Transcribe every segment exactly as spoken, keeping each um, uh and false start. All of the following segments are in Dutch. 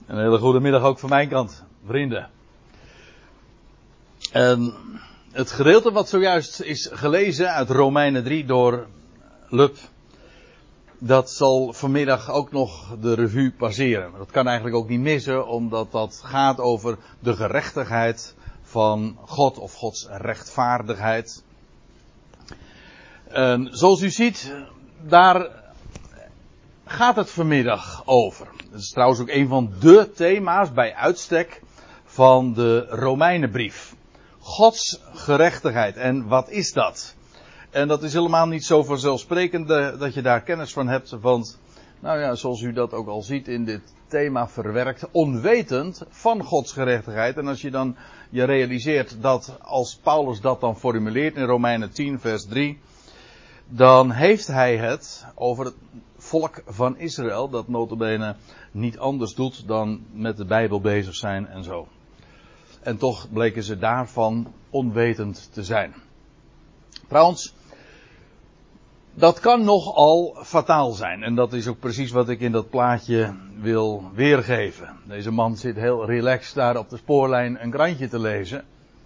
Een hele goede middag ook van mijn kant, vrienden. En het gedeelte wat zojuist is gelezen uit Romeinen drie door Lub, dat zal vanmiddag ook nog de revue passeren. Dat kan eigenlijk ook niet missen, omdat dat gaat over de gerechtigheid van God of Gods rechtvaardigheid. En zoals u ziet, daar gaat het vanmiddag over. Dat is trouwens ook een van de thema's bij uitstek van de Romeinenbrief. Gods gerechtigheid. En wat is dat? En dat is helemaal niet zo vanzelfsprekend dat je daar kennis van hebt. Want, nou ja, zoals u dat ook al ziet in dit thema verwerkt, onwetend van Gods gerechtigheid. En als je dan je realiseert dat als Paulus dat dan formuleert in Romeinen tien vers drie, dan heeft hij het over het volk van Israël, dat nota bene niet anders doet dan met de Bijbel bezig zijn en zo. En toch bleken ze daarvan onwetend te zijn. Trouwens, dat kan nogal fataal zijn. En dat is ook precies wat ik in dat plaatje wil weergeven. Deze man zit heel relaxed daar op de spoorlijn een krantje te lezen.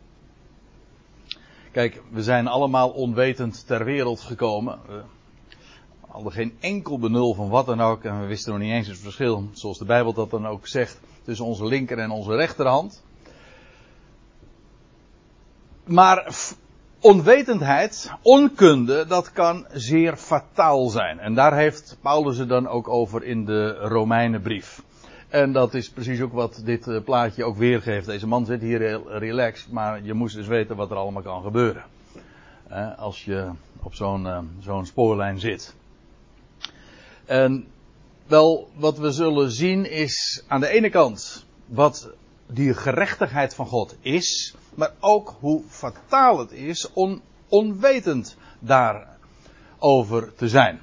Kijk, we zijn allemaal onwetend ter wereld gekomen. We hadden geen enkel benul van wat dan ook. En we wisten nog niet eens het verschil, zoals de Bijbel dat dan ook zegt, tussen onze linker en onze rechterhand. Maar onwetendheid, onkunde, dat kan zeer fataal zijn. En daar heeft Paulus het dan ook over in de Romeinenbrief. En dat is precies ook wat dit plaatje ook weergeeft. Deze man zit hier heel relaxed, maar je moest dus weten wat er allemaal kan gebeuren. Als je op zo'n, zo'n spoorlijn zit. En wel, wat we zullen zien is aan de ene kant wat die gerechtigheid van God is, maar ook hoe fataal het is on, onwetend daarover te zijn.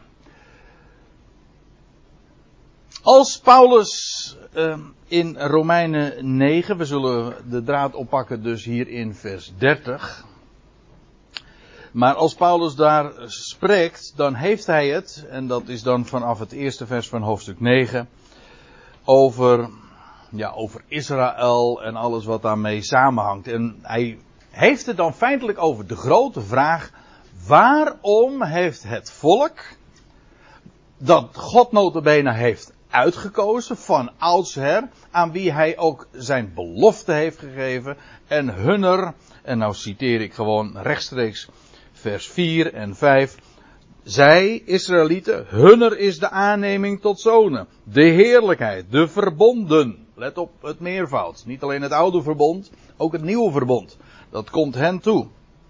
Als Paulus uh, in Romeinen negen, we zullen de draad oppakken dus hier in vers dertig. Maar als Paulus daar spreekt, dan heeft hij het, en dat is dan vanaf het eerste vers van hoofdstuk negen, over, ja, over Israël en alles wat daarmee samenhangt. En hij heeft het dan feitelijk over de grote vraag, waarom heeft het volk, dat God nota bene heeft uitgekozen van oudsher, aan wie hij ook zijn belofte heeft gegeven, en hunner, en nou citeer ik gewoon rechtstreeks vers vier en vijf. Zij, Israëlieten, hunner is de aanneming tot zonen, de heerlijkheid, de verbonden. Let op het meervoud. Niet alleen het oude verbond, ook het nieuwe verbond. Dat komt hen toe.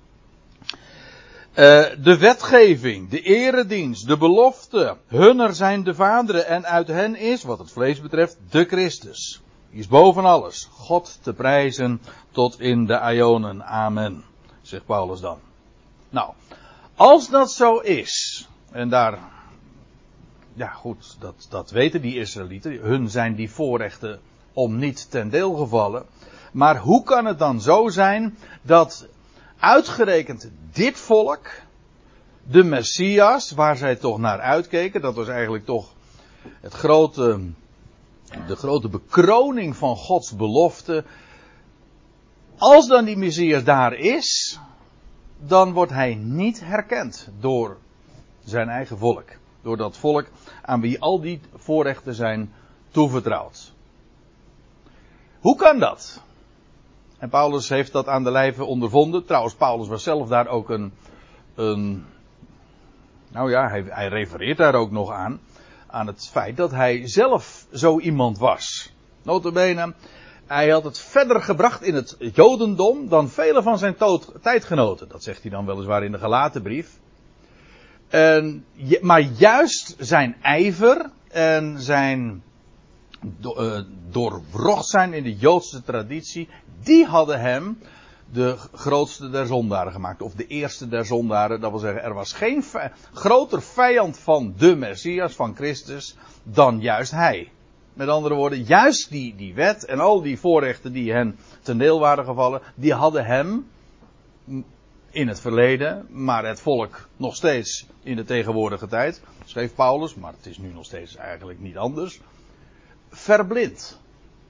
Uh, de wetgeving, de eredienst, de belofte. Hunner zijn de vaderen en uit hen is, wat het vlees betreft, de Christus. Die is boven alles. God te prijzen tot in de aionen. Amen. Zegt Paulus dan. Nou, als dat zo is, en daar, ja goed, dat, dat weten die Israëlieten, hun zijn die voorrechten om niet ten deel gevallen. Maar hoe kan het dan zo zijn dat uitgerekend dit volk, de Messias, waar zij toch naar uitkeken, dat was eigenlijk toch het grote, de grote bekroning van Gods belofte. Als dan die Messias daar is, dan wordt hij niet herkend door zijn eigen volk. Door dat volk aan wie al die voorrechten zijn toevertrouwd. Hoe kan dat? En Paulus heeft dat aan de lijve ondervonden. Trouwens, Paulus was zelf daar ook een... een nou ja, hij, hij refereert daar ook nog aan. Aan het feit dat hij zelf zo iemand was. Nota bene, hij had het verder gebracht in het Jodendom dan vele van zijn tood, tijdgenoten. Dat zegt hij dan weliswaar in de Galatenbrief. En, maar juist zijn ijver en zijn do, uh, doorwrocht zijn in de Joodse traditie, die hadden hem de grootste der zondaren gemaakt. Of de eerste der zondaren. Dat wil zeggen, er was geen v- groter vijand van de Messias, van Christus, dan juist hij. Met andere woorden, juist die, die wet en al die voorrechten die hen ten deel waren gevallen, die hadden hem in het verleden, maar het volk nog steeds in de tegenwoordige tijd, schreef Paulus, maar het is nu nog steeds eigenlijk niet anders, verblind.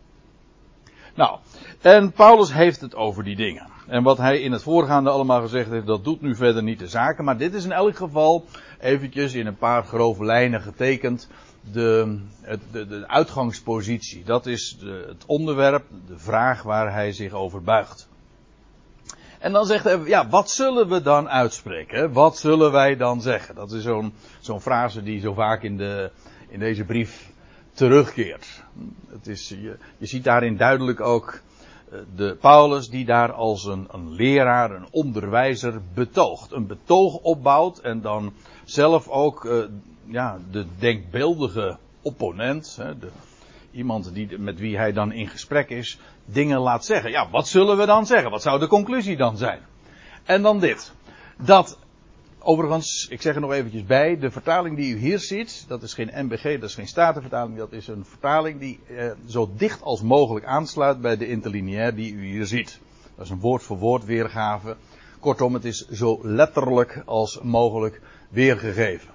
Nou, en Paulus heeft het over die dingen. En wat hij in het voorgaande allemaal gezegd heeft, dat doet nu verder niet de zaken. Maar dit is in elk geval eventjes in een paar grove lijnen getekend de, de, de uitgangspositie. Dat is de, het onderwerp, de vraag waar hij zich over buigt. En dan zegt hij, ja, wat zullen we dan uitspreken? Wat zullen wij dan zeggen? Dat is zo'n, zo'n frase die zo vaak in, de, in deze brief terugkeert. Het is, je, je ziet daarin duidelijk ook de Paulus die daar als een, een leraar, een onderwijzer betoogt. Een betoog opbouwt en dan zelf ook uh, ja, de denkbeeldige opponent, hè, de, iemand die, met wie hij dan in gesprek is, dingen laat zeggen. Ja, wat zullen we dan zeggen? Wat zou de conclusie dan zijn? En dan dit. Dat, overigens, ik zeg er nog eventjes bij, de vertaling die u hier ziet, dat is geen N B G, dat is geen Statenvertaling, dat is een vertaling die eh, zo dicht als mogelijk aansluit bij de interlineair die u hier ziet. Dat is een woord voor woord weergave. Kortom, het is zo letterlijk als mogelijk weergegeven.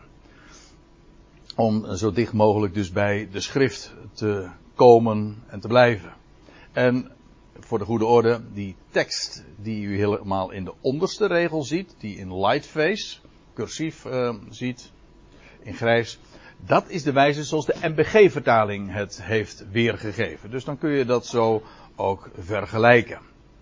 Om zo dicht mogelijk dus bij de schrift te komen en te blijven. En voor de goede orde, die tekst die u helemaal in de onderste regel ziet, die in lightface, cursief uh, ziet, in grijs, dat is de wijze zoals de N B G-vertaling het heeft weergegeven. Dus dan kun je dat zo ook vergelijken.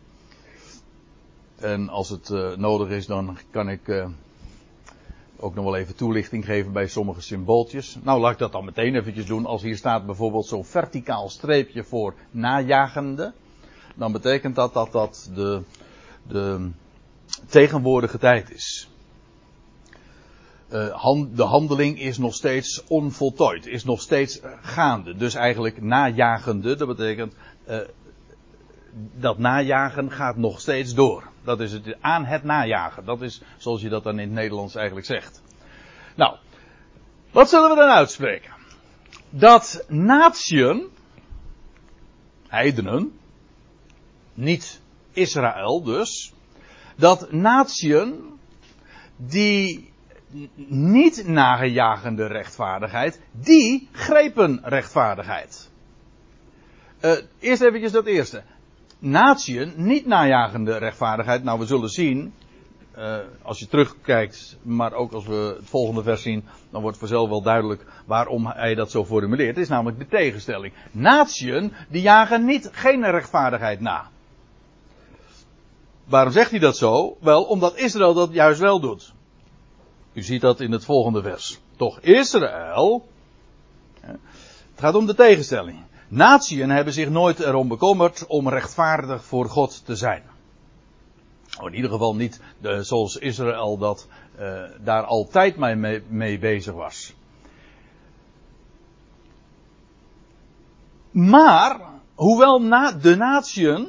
En als het uh, nodig is, dan kan ik uh, ook nog wel even toelichting geven bij sommige symbooltjes. Nou, laat ik dat dan meteen eventjes doen. Als hier staat bijvoorbeeld zo'n verticaal streepje voor najagende, dan betekent dat dat dat de, de tegenwoordige tijd is. Uh, hand, de handeling is nog steeds onvoltooid, is nog steeds gaande. Dus eigenlijk najagende, dat betekent uh, dat najagen gaat nog steeds door. Dat is het, aan het najagen. Dat is zoals je dat dan in het Nederlands eigenlijk zegt. Nou, wat zullen we dan uitspreken? Dat natieën, heidenen, niet Israël dus, dat natieën die niet najagende rechtvaardigheid, die grepen rechtvaardigheid. Uh, eerst eventjes dat eerste. Natieën, niet najagende rechtvaardigheid. Nou, we zullen zien, uh, als je terugkijkt, maar ook als we het volgende vers zien, dan wordt vanzelf wel duidelijk waarom hij dat zo formuleert. Het is namelijk de tegenstelling. Natieën, die jagen niet geen rechtvaardigheid na. Waarom zegt hij dat zo? Wel, omdat Israël dat juist wel doet. U ziet dat in het volgende vers. Toch Israël, het gaat om de tegenstelling. Natieën hebben zich nooit erom bekommerd om rechtvaardig voor God te zijn. Oh, in ieder geval niet de, zoals Israël dat uh, daar altijd mee, mee bezig was. Maar, hoewel na de natieën,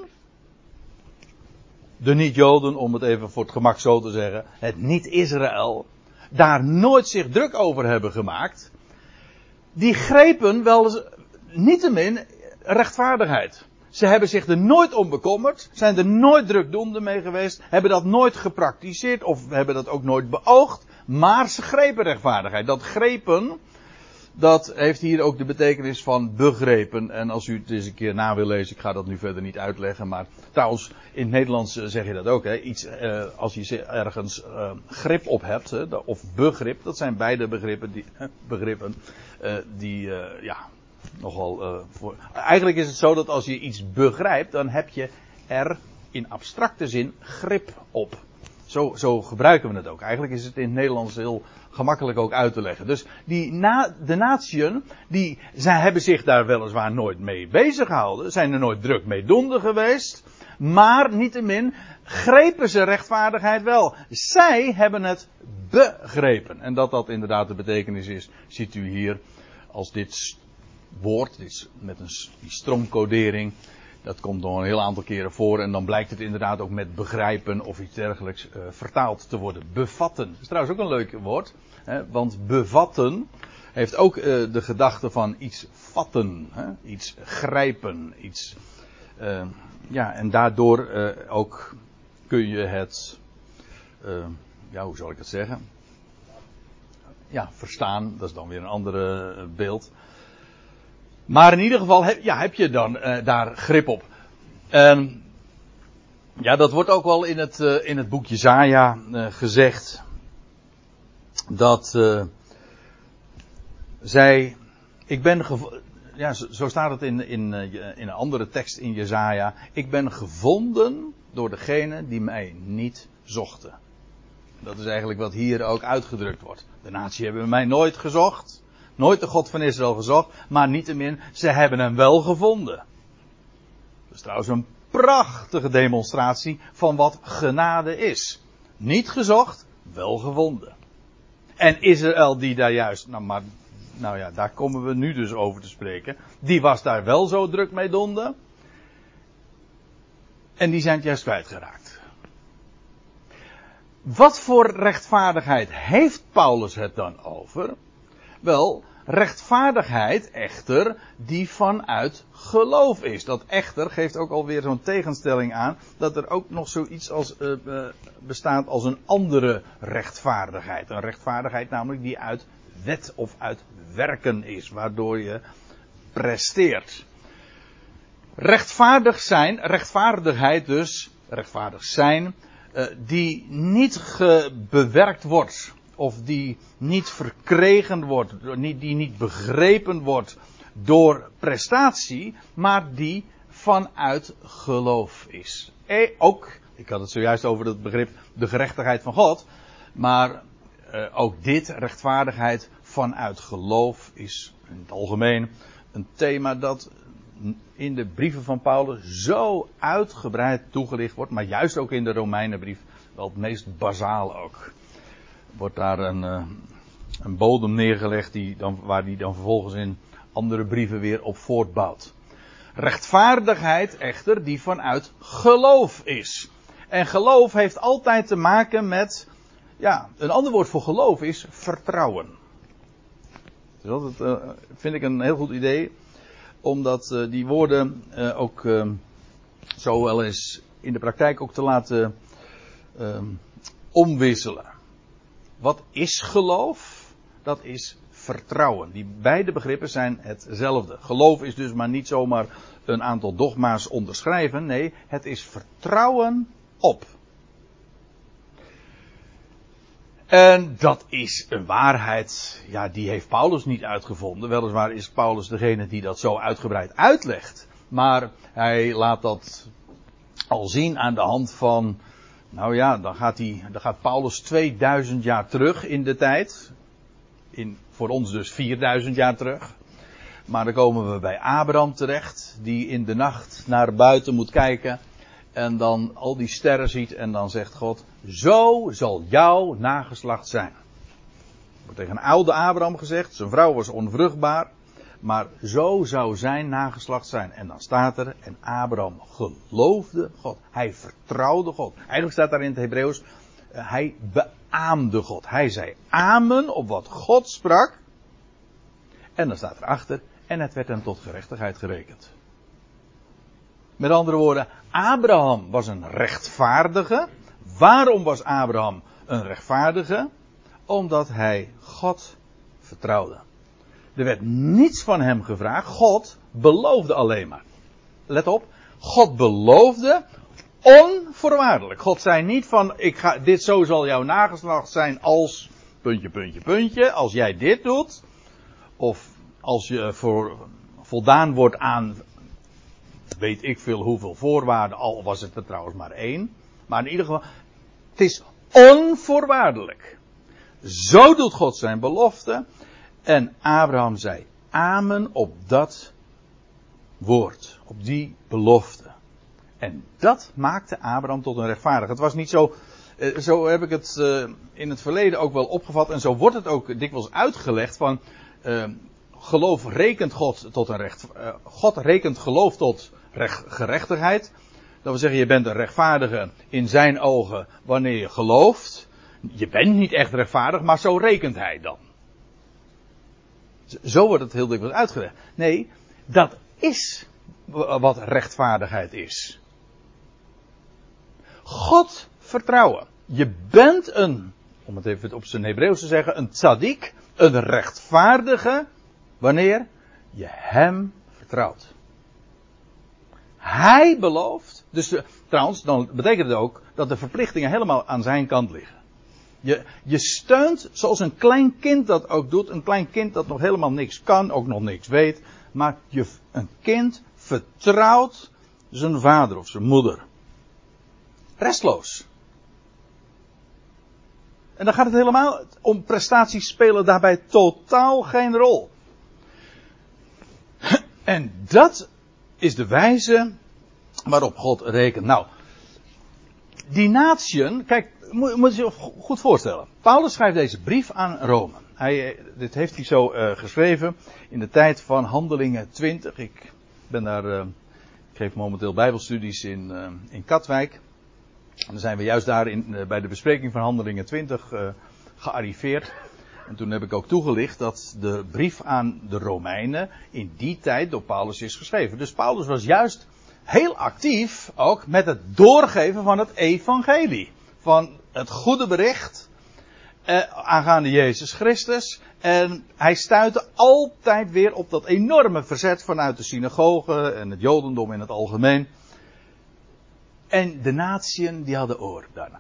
de niet-Joden, om het even voor het gemak zo te zeggen, het niet-Israël, daar nooit zich druk over hebben gemaakt, die grepen wel niettemin rechtvaardigheid. Ze hebben zich er nooit om bekommerd, zijn er nooit drukdoende mee geweest, hebben dat nooit gepraktiseerd of hebben dat ook nooit beoogd, maar ze grepen rechtvaardigheid. Dat grepen, dat heeft hier ook de betekenis van begrepen. En als u het eens een keer na wil lezen, ik ga dat nu verder niet uitleggen, maar trouwens, in het Nederlands zeg je dat ook, hè? Iets, uh, als je ergens uh, grip op hebt, hè? Of begrip, dat zijn beide begrippen, die, begrippen, uh, die, uh, ja, nogal, uh, voor... Eigenlijk is het zo dat als je iets begrijpt, dan heb je er in abstracte zin grip op. Zo, zo gebruiken we het ook. Eigenlijk is het in het Nederlands heel gemakkelijk ook uit te leggen. Dus die na, de natieën, die zij hebben zich daar weliswaar nooit mee bezig gehouden, zijn er nooit druk mee doende geweest, maar niettemin grepen ze rechtvaardigheid wel. Zij hebben het begrepen. En dat dat inderdaad de betekenis is, ziet u hier als dit woord, dit met een die stroomcodering. Dat komt nog een heel aantal keren voor en dan blijkt het inderdaad ook met begrijpen of iets dergelijks uh, vertaald te worden. Bevatten. Dat is trouwens ook een leuk woord. Hè, want bevatten heeft ook uh, de gedachte van iets vatten. Hè, iets grijpen. Iets, uh, ja, en daardoor uh, ook kun je het, uh, ja, hoe zal ik het zeggen? Ja, verstaan. Dat is dan weer een andere uh, beeld. Maar in ieder geval heb, ja, heb je dan uh, daar grip op. En ja, dat wordt ook wel in het, uh, in het boek Jesaja uh, gezegd. Dat uh, zij, ik ben, gevo- ja, zo, zo staat het in, in, uh, in een andere tekst in Jesaja. Ik ben gevonden door degene die mij niet zochten. Dat is eigenlijk wat hier ook uitgedrukt wordt. De natie hebben mij nooit gezocht. Nooit de God van Israël gezocht. Maar niettemin, ze hebben hem wel gevonden. Dat is trouwens een prachtige demonstratie van wat genade is. Niet gezocht, wel gevonden. En Israël die daar juist, nou maar, nou ja, daar komen we nu dus over te spreken. Die was daar wel zo druk mee donden. En die zijn het juist kwijtgeraakt. Wat voor rechtvaardigheid heeft Paulus het dan over? Wel, rechtvaardigheid echter die vanuit geloof is. Dat echter geeft ook alweer zo'n tegenstelling aan dat er ook nog zoiets als, uh, uh, bestaat als een andere rechtvaardigheid. Een rechtvaardigheid namelijk die uit wet of uit werken is, waardoor je presteert. Rechtvaardig zijn, rechtvaardigheid dus, rechtvaardig zijn, uh, die niet bewerkt wordt. Of die niet verkregen wordt, die niet begrepen wordt door prestatie, maar die vanuit geloof is. En ook, ik had het zojuist over het begrip de gerechtigheid van God, maar uh, ook dit, rechtvaardigheid vanuit geloof, is in het algemeen een thema dat in de brieven van Paulus zo uitgebreid toegelicht wordt, maar juist ook in de Romeinenbrief wel het meest bazaal ook. Wordt daar een, uh, een bodem neergelegd die dan, waar die dan vervolgens in andere brieven weer op voortbouwt. Rechtvaardigheid echter die vanuit geloof is. En geloof heeft altijd te maken met, ja, een ander woord voor geloof is vertrouwen. Dat is altijd, uh, vind ik een heel goed idee, omdat uh, die woorden uh, ook uh, zo wel eens in de praktijk ook te laten uh, omwisselen. Wat is geloof? Dat is vertrouwen. Die beide begrippen zijn hetzelfde. Geloof is dus maar niet zomaar een aantal dogma's onderschrijven. Nee, het is vertrouwen op. En dat is een waarheid, ja, die heeft Paulus niet uitgevonden. Weliswaar is Paulus degene die dat zo uitgebreid uitlegt. Maar hij laat dat al zien aan de hand van, nou ja, dan gaat, hij, dan gaat Paulus tweeduizend jaar terug in de tijd. In, voor ons dus vierduizend jaar terug. Maar dan komen we bij Abraham terecht, die in de nacht naar buiten moet kijken. En dan al die sterren ziet en dan zegt God, zo zal jouw nageslacht zijn. Er wordt tegen een oude Abraham gezegd, zijn vrouw was onvruchtbaar. Maar zo zou zijn nageslacht zijn. En dan staat er, en Abraham geloofde God. Hij vertrouwde God. Eigenlijk staat daar in het Hebreeuws, uh, hij beaamde God. Hij zei amen op wat God sprak. En dan staat erachter, en het werd hem tot gerechtigheid gerekend. Met andere woorden, Abraham was een rechtvaardige. Waarom was Abraham een rechtvaardige? Omdat hij God vertrouwde. Er werd niets van hem gevraagd. God beloofde alleen maar. Let op. God beloofde onvoorwaardelijk. God zei niet van, ik ga, dit zo zal jouw nageslacht zijn als, puntje, puntje, puntje, als jij dit doet. Of als je voor voldaan wordt aan, weet ik veel hoeveel voorwaarden, al was het er trouwens maar één. Maar in ieder geval, het is onvoorwaardelijk. Zo doet God zijn belofte. En Abraham zei amen op dat woord, op die belofte. En dat maakte Abraham tot een rechtvaardige. Het was niet zo, uh, zo heb ik het uh, in het verleden ook wel opgevat. En zo wordt het ook dikwijls uitgelegd van, uh, geloof rekent God tot een recht, uh, God rekent geloof tot recht, gerechtigheid. Dat wil zeggen, je bent een rechtvaardige in zijn ogen wanneer je gelooft. Je bent niet echt rechtvaardig, maar zo rekent hij dan. Zo wordt het heel dikwijls uitgelegd. Nee, dat is wat rechtvaardigheid is. God vertrouwen. Je bent een, om het even op zijn Hebreeuws te zeggen, een tzaddik, een rechtvaardige, wanneer je hem vertrouwt. hij belooft. Dus de, trouwens, dan betekent het ook dat de verplichtingen helemaal aan zijn kant liggen. Je, je steunt zoals een klein kind dat ook doet. Een klein kind dat nog helemaal niks kan, ook nog niks weet. Maar je, een kind vertrouwt zijn vader of zijn moeder. Restloos. En dan gaat het helemaal om prestaties spelen daarbij totaal geen rol. En dat is de wijze waarop God rekent. Nou, die natieën, kijk, moet, moet je je goed voorstellen. Paulus schrijft deze brief aan Rome. Hij, dit heeft hij zo uh, geschreven in de tijd van Handelingen twintig. Ik ben daar, uh, ik geef momenteel bijbelstudies in, uh, in Katwijk. En dan zijn we juist daar in, uh, bij de bespreking van Handelingen twintig uh, gearriveerd. En toen heb ik ook toegelicht dat de brief aan de Romeinen in die tijd door Paulus is geschreven. Dus Paulus was juist heel actief ook met het doorgeven van het evangelie. Van het goede bericht eh, aangaande Jezus Christus. En hij stuitte altijd weer op dat enorme verzet vanuit de synagoge en het jodendom in het algemeen. En de natieën die hadden oor daarnaar.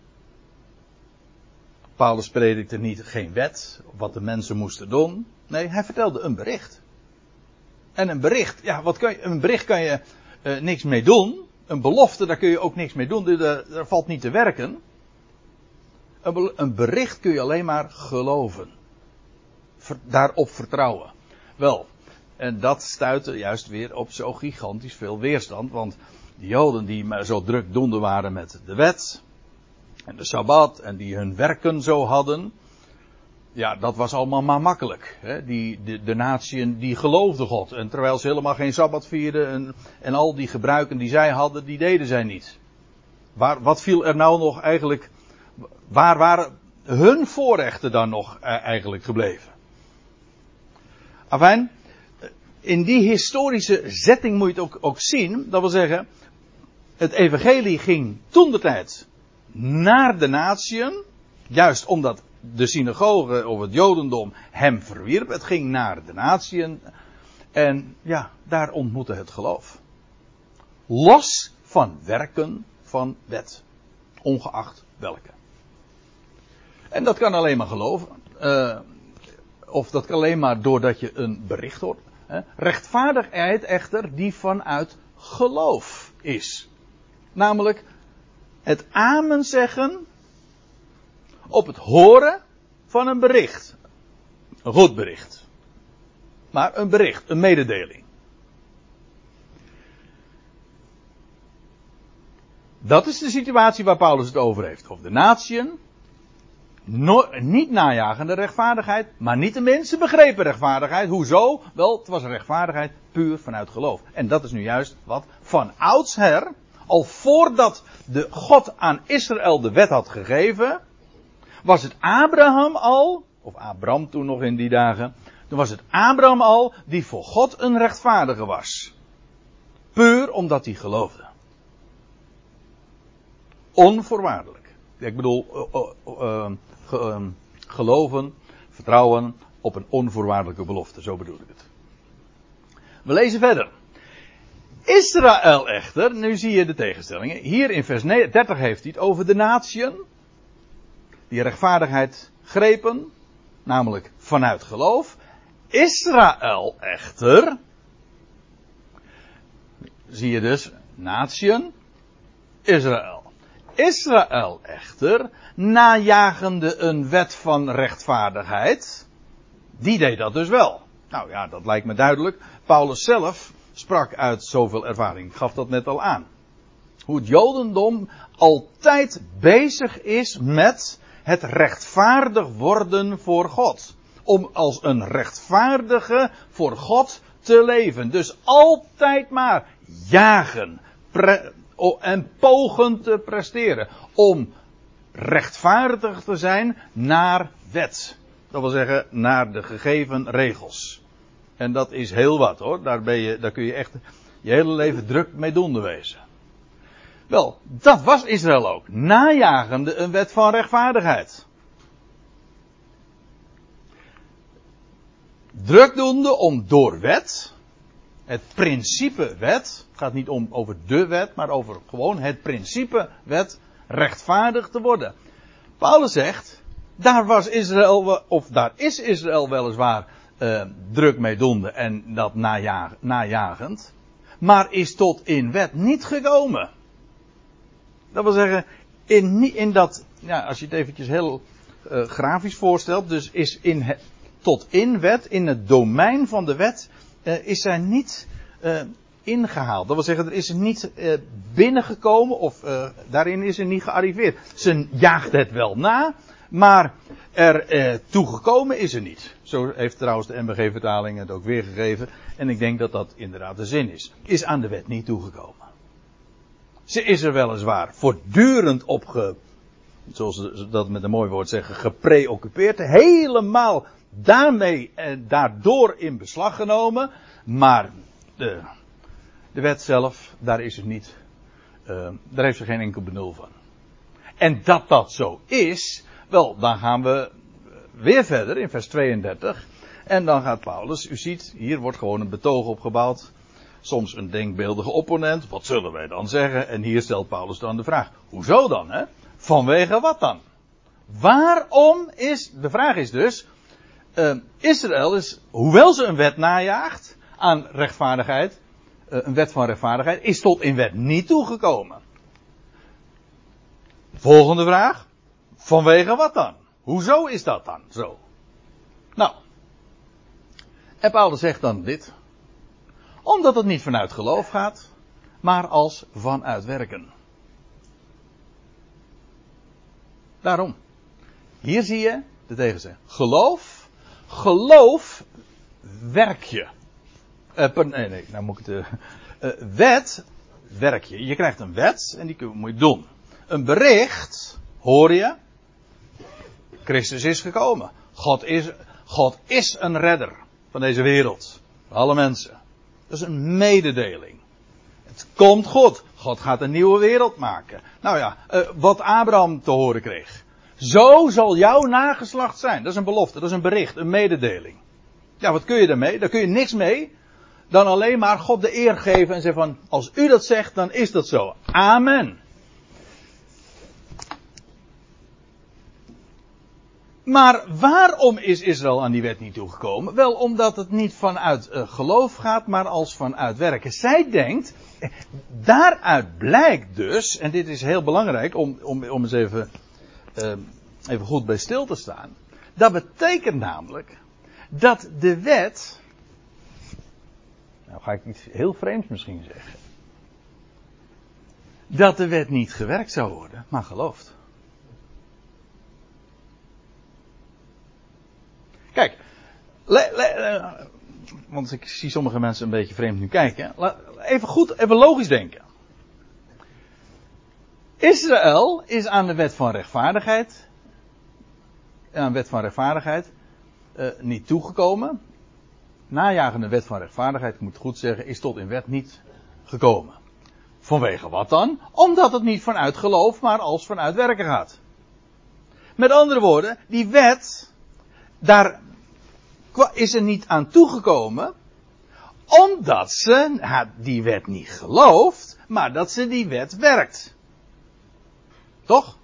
Paulus predikte niet geen wet, wat de mensen moesten doen. Nee, hij vertelde een bericht. En een bericht, ja, wat kan je, een bericht kan je uh, niks mee doen. Een belofte, daar kun je ook niks mee doen. Daar, daar valt niet te werken. Een, een bericht kun je alleen maar geloven. Ver, daarop vertrouwen. Wel, en dat stuitte juist weer op zo gigantisch veel weerstand. Want de Joden die maar zo druk doende waren met de wet en de Sabbat en die hun werken zo hadden. Ja, dat was allemaal maar makkelijk. Hè? Die, de, de natieën die geloofden God. En terwijl ze helemaal geen Sabbat vierden en, en al die gebruiken die zij hadden, die deden zij niet. Waar, wat viel er nou nog eigenlijk, waar waren hun voorrechten dan nog eigenlijk gebleven? Afijn, in die historische zetting moet je het ook, ook zien. Dat wil zeggen, het evangelie ging toentertijd naar de natieën. Juist omdat de synagoge of het jodendom hem verwierp. Het ging naar de natieën. En ja, daar ontmoette het geloof. Los van werken van wet. Ongeacht welke. En dat kan alleen maar geloven. Uh, of dat kan alleen maar doordat je een bericht hoort. Hè. Rechtvaardigheid echter die vanuit geloof is. Namelijk het amen zeggen op het horen van een bericht. Een goed bericht. Maar een bericht, een mededeling. Dat is de situatie waar Paulus het over heeft. Over de natieën. No, niet najagende rechtvaardigheid, maar niet de mensen begrepen rechtvaardigheid. Hoezo? Wel, het was een rechtvaardigheid puur vanuit geloof. En dat is nu juist wat van oudsher, al voordat de God aan Israël de wet had gegeven, was het Abraham al, of Abraham toen nog in die dagen, toen was het Abraham al die voor God een rechtvaardige was. Puur omdat hij geloofde. Onvoorwaardelijk. Ik bedoel, uh, uh, uh, ge, uh, geloven, vertrouwen op een onvoorwaardelijke belofte, zo bedoel ik het. We lezen verder. Israël echter, nu zie je de tegenstellingen. Hier in vers dertig heeft hij het over de natieën. Die rechtvaardigheid grepen, namelijk vanuit geloof. Israël echter, zie je dus, natieën, Israël. Israël echter, najagende een wet van rechtvaardigheid, die deed dat dus wel. Nou ja, dat lijkt me duidelijk. Paulus zelf sprak uit zoveel ervaring. Ik gaf dat net al aan. Hoe het Jodendom altijd bezig is met het rechtvaardig worden voor God. Om als een rechtvaardige voor God te leven. Dus altijd maar jagen. Pre- en pogen te presteren. Om rechtvaardig te zijn naar wet. Dat wil zeggen naar de gegeven regels. En dat is heel wat hoor. Daar, ben je, daar kun je echt je hele leven druk mee doende wezen. Wel, dat was Israël ook. Najagende een wet van rechtvaardigheid. Drukdoende om door wet Het principe wet, het gaat niet om over de wet, maar over gewoon het principe wet rechtvaardig te worden. Paulus zegt, daar was Israël, of daar is Israël weliswaar uh, druk mee doende en dat naja, najagend, maar is tot in wet niet gekomen. Dat wil zeggen, in, in dat, ja, als je het eventjes heel uh, grafisch voorstelt, dus is in het, tot in wet, in het domein van de wet, uh, is zij niet uh, ingehaald. Dat wil zeggen, er is er niet uh, binnengekomen of uh, daarin is er niet gearriveerd. Ze jaagt het wel na, maar er uh, toegekomen is er niet. Zo heeft trouwens de N B G-vertaling het ook weergegeven. En ik denk dat dat inderdaad de zin is. Is aan de wet niet toegekomen. Ze is er weliswaar voortdurend op ge, zoals ze dat met een mooi woord zeggen, gepreoccupeerd. Helemaal daarmee en daardoor in beslag genomen. Maar de, de wet zelf, daar is het niet. Uh, daar heeft ze geen enkel benul van. En dat dat zo is, wel, dan gaan we weer verder in vers tweeëndertig. En dan gaat Paulus, u ziet, hier wordt gewoon een betoog opgebouwd. Soms een denkbeeldige opponent, wat zullen wij dan zeggen? En hier stelt Paulus dan de vraag, hoezo dan, hè? Vanwege wat dan? Waarom is, de vraag is dus, uh, Israël is, hoewel ze een wet najaagt aan rechtvaardigheid, uh, een wet van rechtvaardigheid, is tot in wet niet toegekomen. Volgende vraag, vanwege wat dan? Hoezo is dat dan zo? Nou, en Paulus zegt dan dit. Omdat het niet vanuit geloof gaat, maar als vanuit werken. Daarom. Hier zie je de tegenzin. Geloof, geloof, werk je. Uh, nee, nee, nou moet ik het... Uh, uh, wet, werk je. Je krijgt een wet en die moet je doen. Een bericht, hoor je. Christus is gekomen. God is, God is een redder van deze wereld. Van alle mensen. Dat is een mededeling. Het komt goed. God gaat een nieuwe wereld maken. Nou ja, uh, wat Abraham te horen kreeg. Zo zal jouw nageslacht zijn. Dat is een belofte, dat is een bericht, een mededeling. Ja, wat kun je daarmee? Daar kun je niks mee. Dan alleen maar God de eer geven en zeggen van, als u dat zegt, dan is dat zo. Amen. Maar waarom is Israël aan die wet niet toegekomen? Wel, omdat het niet vanuit uh, geloof gaat, maar als vanuit werken. Zij denkt, daaruit blijkt dus, en dit is heel belangrijk om, om, om eens even, uh, even goed bij stil te staan. Dat betekent namelijk dat de wet, nou ga ik iets heel vreemds misschien zeggen. Dat de wet niet gewerkt zou worden, maar geloofd. Kijk, le, le, uh, want ik zie sommige mensen een beetje vreemd nu kijken. La, even goed, even logisch denken. Israël is aan de wet van rechtvaardigheid, aan de wet van rechtvaardigheid, uh, niet toegekomen. Najagende wet van rechtvaardigheid, ik moet het goed zeggen, is tot in wet niet gekomen. Vanwege wat dan? Omdat het niet vanuit geloof, maar als vanuit werken gaat. Met andere woorden, die wet, daar is er niet aan toegekomen, omdat ze die wet niet gelooft, maar dat ze die wet werkt. Toch?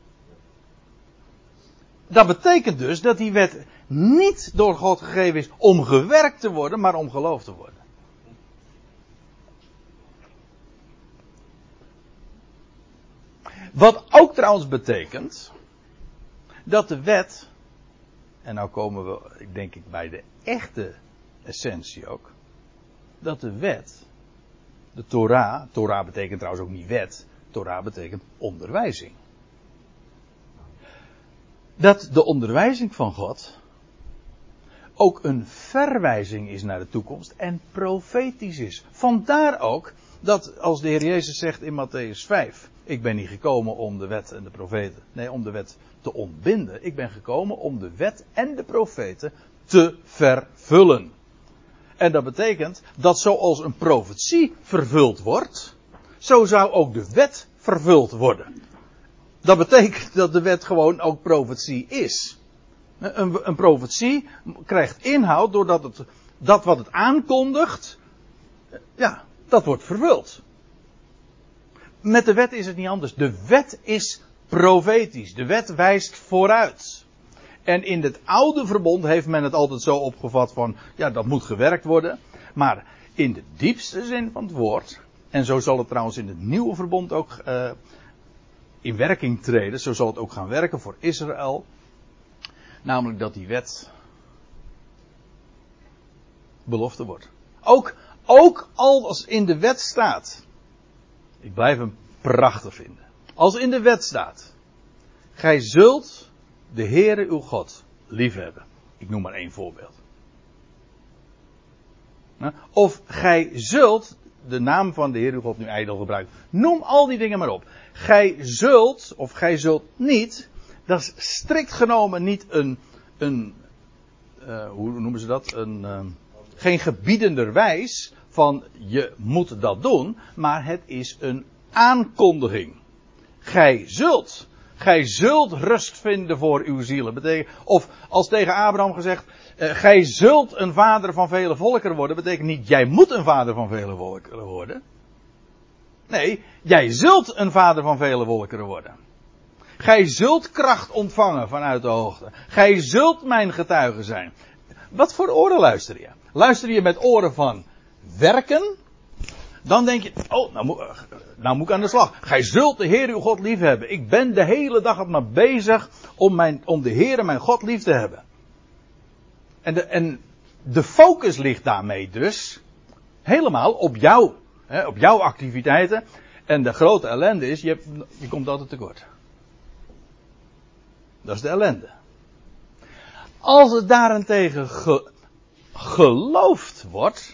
Dat betekent dus dat die wet niet door God gegeven is om gewerkt te worden, maar om geloofd te worden. Wat ook trouwens betekent dat de wet, en nou komen we, ik denk ik, bij de echte essentie ook, dat de wet, de Torah, Torah betekent trouwens ook niet wet, Torah betekent onderwijzing. Dat de onderwijzing van God ook een verwijzing is naar de toekomst en profetisch is. Vandaar ook dat als de Heer Jezus zegt in Mattheüs vijf, ik ben niet gekomen om de wet en de profeten, nee, om de wet te ontbinden. Ik ben gekomen om de wet en de profeten te vervullen. En dat betekent dat zoals een profetie vervuld wordt, zo zou ook de wet vervuld worden. Dat betekent dat de wet gewoon ook profetie is. Een, een profetie krijgt inhoud doordat het, dat wat het aankondigt, ja, dat wordt vervuld. Met de wet is het niet anders. De wet is profetisch. De wet wijst vooruit. En in het oude verbond heeft men het altijd zo opgevat van, ja, dat moet gewerkt worden. Maar in de diepste zin van het woord, en zo zal het trouwens in het nieuwe verbond ook uh, in werking treden, zo zal het ook gaan werken voor Israël. Namelijk dat die wet belofte wordt. Ook, ook als in de wet staat, ik blijf hem prachtig vinden. Als in de wet staat, gij zult de Heere uw God liefhebben. Ik noem maar één voorbeeld. Of gij zult de naam van de Heer uw God nu ijdel gebruiken. Noem al die dingen maar op. Gij zult, of gij zult niet, dat is strikt genomen niet een, een uh, hoe noemen ze dat? Een, uh, geen gebiedenderwijs van je moet dat doen, maar het is een aankondiging. Gij zult. Gij zult rust vinden voor uw zielen. Betekent, of als tegen Abraham gezegd, uh, gij zult een vader van vele volkeren worden. Betekent niet, jij moet een vader van vele volkeren worden. Nee, jij zult een vader van vele volkeren worden. Gij zult kracht ontvangen vanuit de hoogte. Gij zult mijn getuige zijn. Wat voor oren luister je? Luister je met oren van werken? Dan denk je, oh, nou moet, nou moet ik aan de slag. Gij zult de Heer uw God lief hebben. Ik ben de hele dag maar bezig om, mijn, om de Heer mijn God lief te hebben. En de, en de focus ligt daarmee dus helemaal op jou. Hè, op jouw activiteiten. En de grote ellende is, je, hebt, je komt altijd tekort. Dat is de ellende. Als het daarentegen ge, geloofd wordt,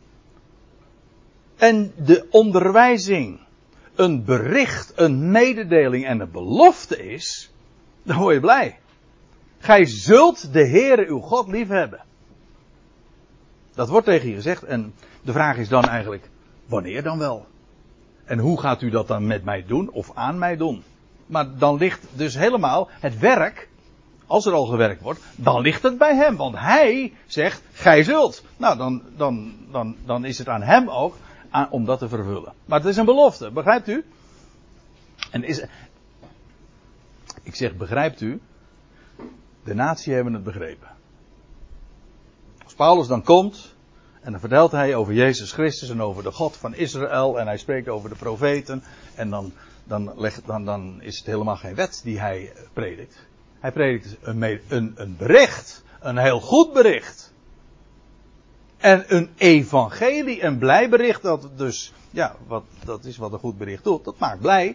en de onderwijzing een bericht, een mededeling en een belofte is, dan word je blij. Gij zult de Heere uw God lief hebben. Dat wordt tegen je gezegd en de vraag is dan eigenlijk, wanneer dan wel? En hoe gaat u dat dan met mij doen of aan mij doen? Maar dan ligt dus helemaal het werk, als er al gewerkt wordt, dan ligt het bij hem. Want hij zegt, gij zult. Nou, dan, dan, dan, dan is het aan hem ook aan, om dat te vervullen. Maar het is een belofte, begrijpt u? En is, ik zeg, begrijpt u? De natie hebben het begrepen. Als Paulus dan komt, en dan vertelt hij over Jezus Christus en over de God van Israël, en hij spreekt over de profeten, en dan, dan, leg, dan, dan is het helemaal geen wet die hij predikt. Hij predikt een, een, een bericht, een heel goed bericht. En een evangelie, een blij bericht, dat dus, ja, wat, dat is wat een goed bericht doet, dat maakt blij.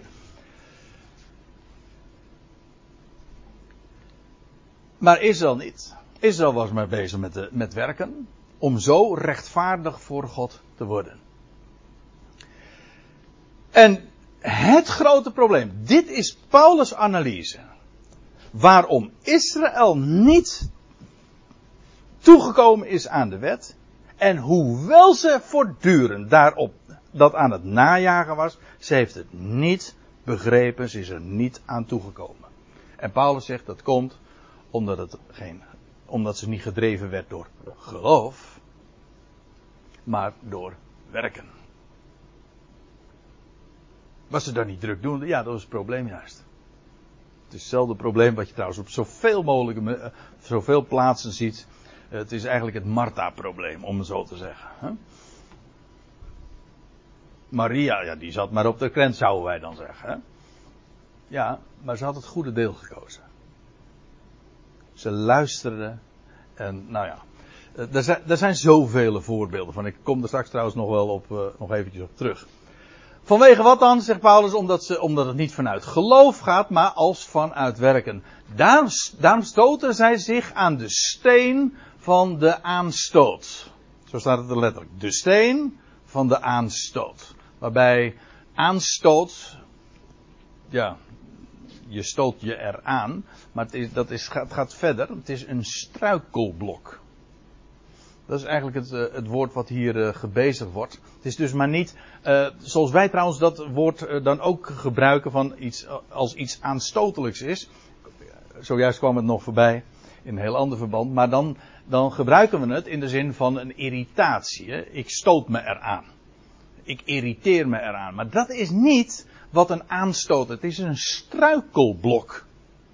Maar Israël niet. Israël was maar bezig met, de, met werken, om zo rechtvaardig voor God te worden. En het grote probleem, dit is Paulus' analyse. Waarom Israël niet toegekomen is aan de wet. En hoewel ze voortdurend daarop dat aan het najagen was, ze heeft het niet begrepen, ze is er niet aan toegekomen. En Paulus zegt dat komt omdat, het geen, omdat ze niet gedreven werd door geloof, maar door werken. Was ze daar niet druk doen? Ja, dat was het probleem juist. Het is hetzelfde probleem wat je trouwens op zoveel mogelijke, zoveel plaatsen ziet. Het is eigenlijk het Martha-probleem, om het zo te zeggen. Hè? Maria, ja, die zat maar op de krent, zouden wij dan zeggen. Hè? Ja, maar ze had het goede deel gekozen. Ze luisterde. En nou ja, er zijn, er zijn zoveel voorbeelden van. Ik kom er straks trouwens nog wel op, uh, nog eventjes op terug. Vanwege wat dan, zegt Paulus, omdat, ze, omdat het niet vanuit geloof gaat, maar als vanuit werken. Daarom, daarom stoten zij zich aan de steen van de aanstoot. Zo staat het er letterlijk. De steen van de aanstoot. Waarbij aanstoot, ja, je stoot je eraan, maar het, is, dat is, het gaat verder. Het is een struikelblok. Dat is eigenlijk het, uh, het woord wat hier uh, gebezigd wordt. Het is dus maar niet, uh, zoals wij trouwens dat woord uh, dan ook gebruiken van iets, uh, als iets aanstotelijks is. Zojuist kwam het nog voorbij in een heel ander verband. Maar dan dan gebruiken we het in de zin van een irritatie. Hè? Ik stoot me eraan. Ik irriteer me eraan. Maar dat is niet wat een aanstoot. Het is een struikelblok.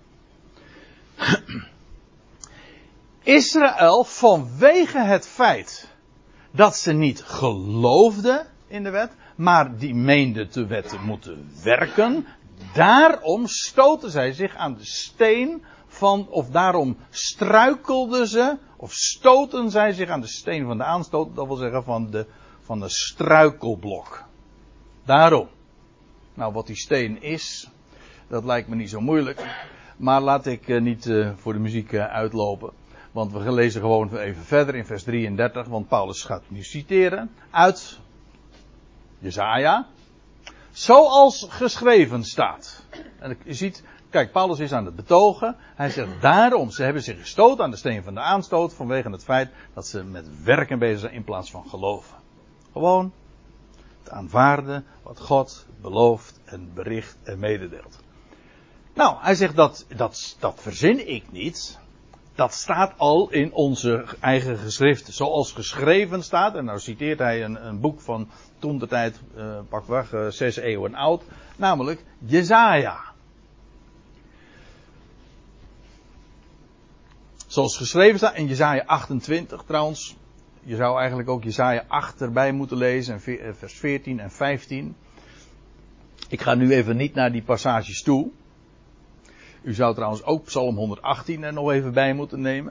Israël, vanwege het feit dat ze niet geloofden in de wet, maar die meenden de wet te moeten werken, daarom stoten zij zich aan de steen van, of daarom struikelden ze, of stoten zij zich aan de steen van de aanstoot, dat wil zeggen van de, van de struikelblok. Daarom. Nou, wat die steen is, dat lijkt me niet zo moeilijk, maar laat ik uh, niet uh, voor de muziek uh, uitlopen. Want we lezen gewoon even verder in vers drieëndertig, want Paulus gaat nu citeren uit Jesaja. Zoals geschreven staat. En je ziet, kijk, Paulus is aan het betogen. Hij zegt daarom, ze hebben zich gestoten aan de steen van de aanstoot vanwege het feit dat ze met werken bezig zijn in plaats van geloven. Gewoon het aanvaarden wat God belooft en bericht en mededeelt. Nou, hij zegt dat, dat, dat verzin ik niet. Dat staat al in onze eigen geschriften. Zoals geschreven staat. En nou citeert hij een, een boek van toen de tijd, uh, pakweg uh, zes eeuwen oud. Namelijk Jesaja. Zoals geschreven staat in Jesaja achtentwintig trouwens. Je zou eigenlijk ook Jesaja acht erbij moeten lezen. En vers veertien en vijftien. Ik ga nu even niet naar die passages toe. U zou trouwens ook Psalm honderdachttien er nog even bij moeten nemen.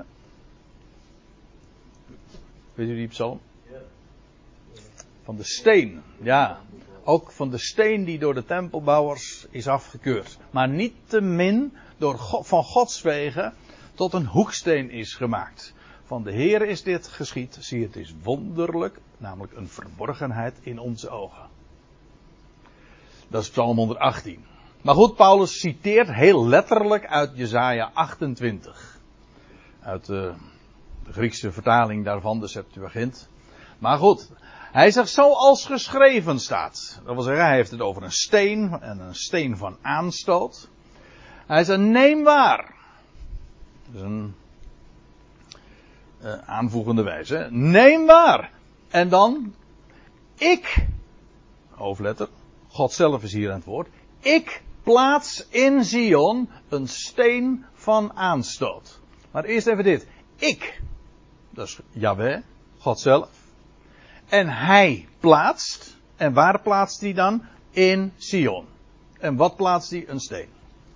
Weet u die psalm? Van de steen, ja. Ook van de steen die door de tempelbouwers is afgekeurd. Maar niettemin door God, van Gods wegen tot een hoeksteen is gemaakt. Van de Heer is dit geschied. Zie, het is wonderlijk. Namelijk een verborgenheid in onze ogen. Dat is Psalm honderdachttien. Maar goed, Paulus citeert heel letterlijk uit Jesaja achtentwintig. Uit de, de Griekse vertaling daarvan, de Septuagint. Maar goed, hij zegt zoals geschreven staat. Dat wil zeggen, hij heeft het over een steen en een steen van aanstoot. Hij zegt, neem waar. Dat is een uh, aanvoegende wijze. Neem waar. En dan, ik, hoofdletter, God zelf is hier aan het woord. Ik plaats in Zion een steen van aanstoot. Maar eerst even dit. Ik, dat is Jahweh, God zelf. En hij plaatst. En waar plaatst hij dan? In Zion. En wat plaatst hij? Een steen.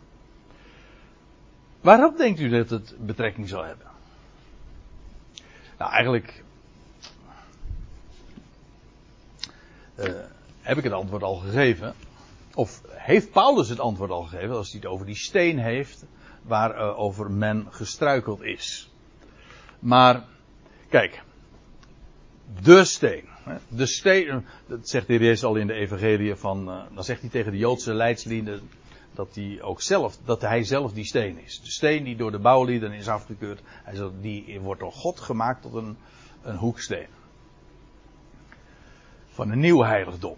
Waarop denkt u dat het betrekking zal hebben? Nou, eigenlijk uh, heb ik het antwoord al gegeven. Of heeft Paulus het antwoord al gegeven, als hij het over die steen heeft, waarover uh, men gestruikeld is. Maar, kijk, de steen. De steen, dat zegt de Heer Jezus al in de evangelie van, uh, dan zegt hij tegen de Joodse leidslieden, dat hij ook zelf, dat hij zelf die steen is. De steen die door de bouwlieden is afgekeurd, hij zegt, die wordt door God gemaakt tot een, een hoeksteen. Van een nieuw heiligdom.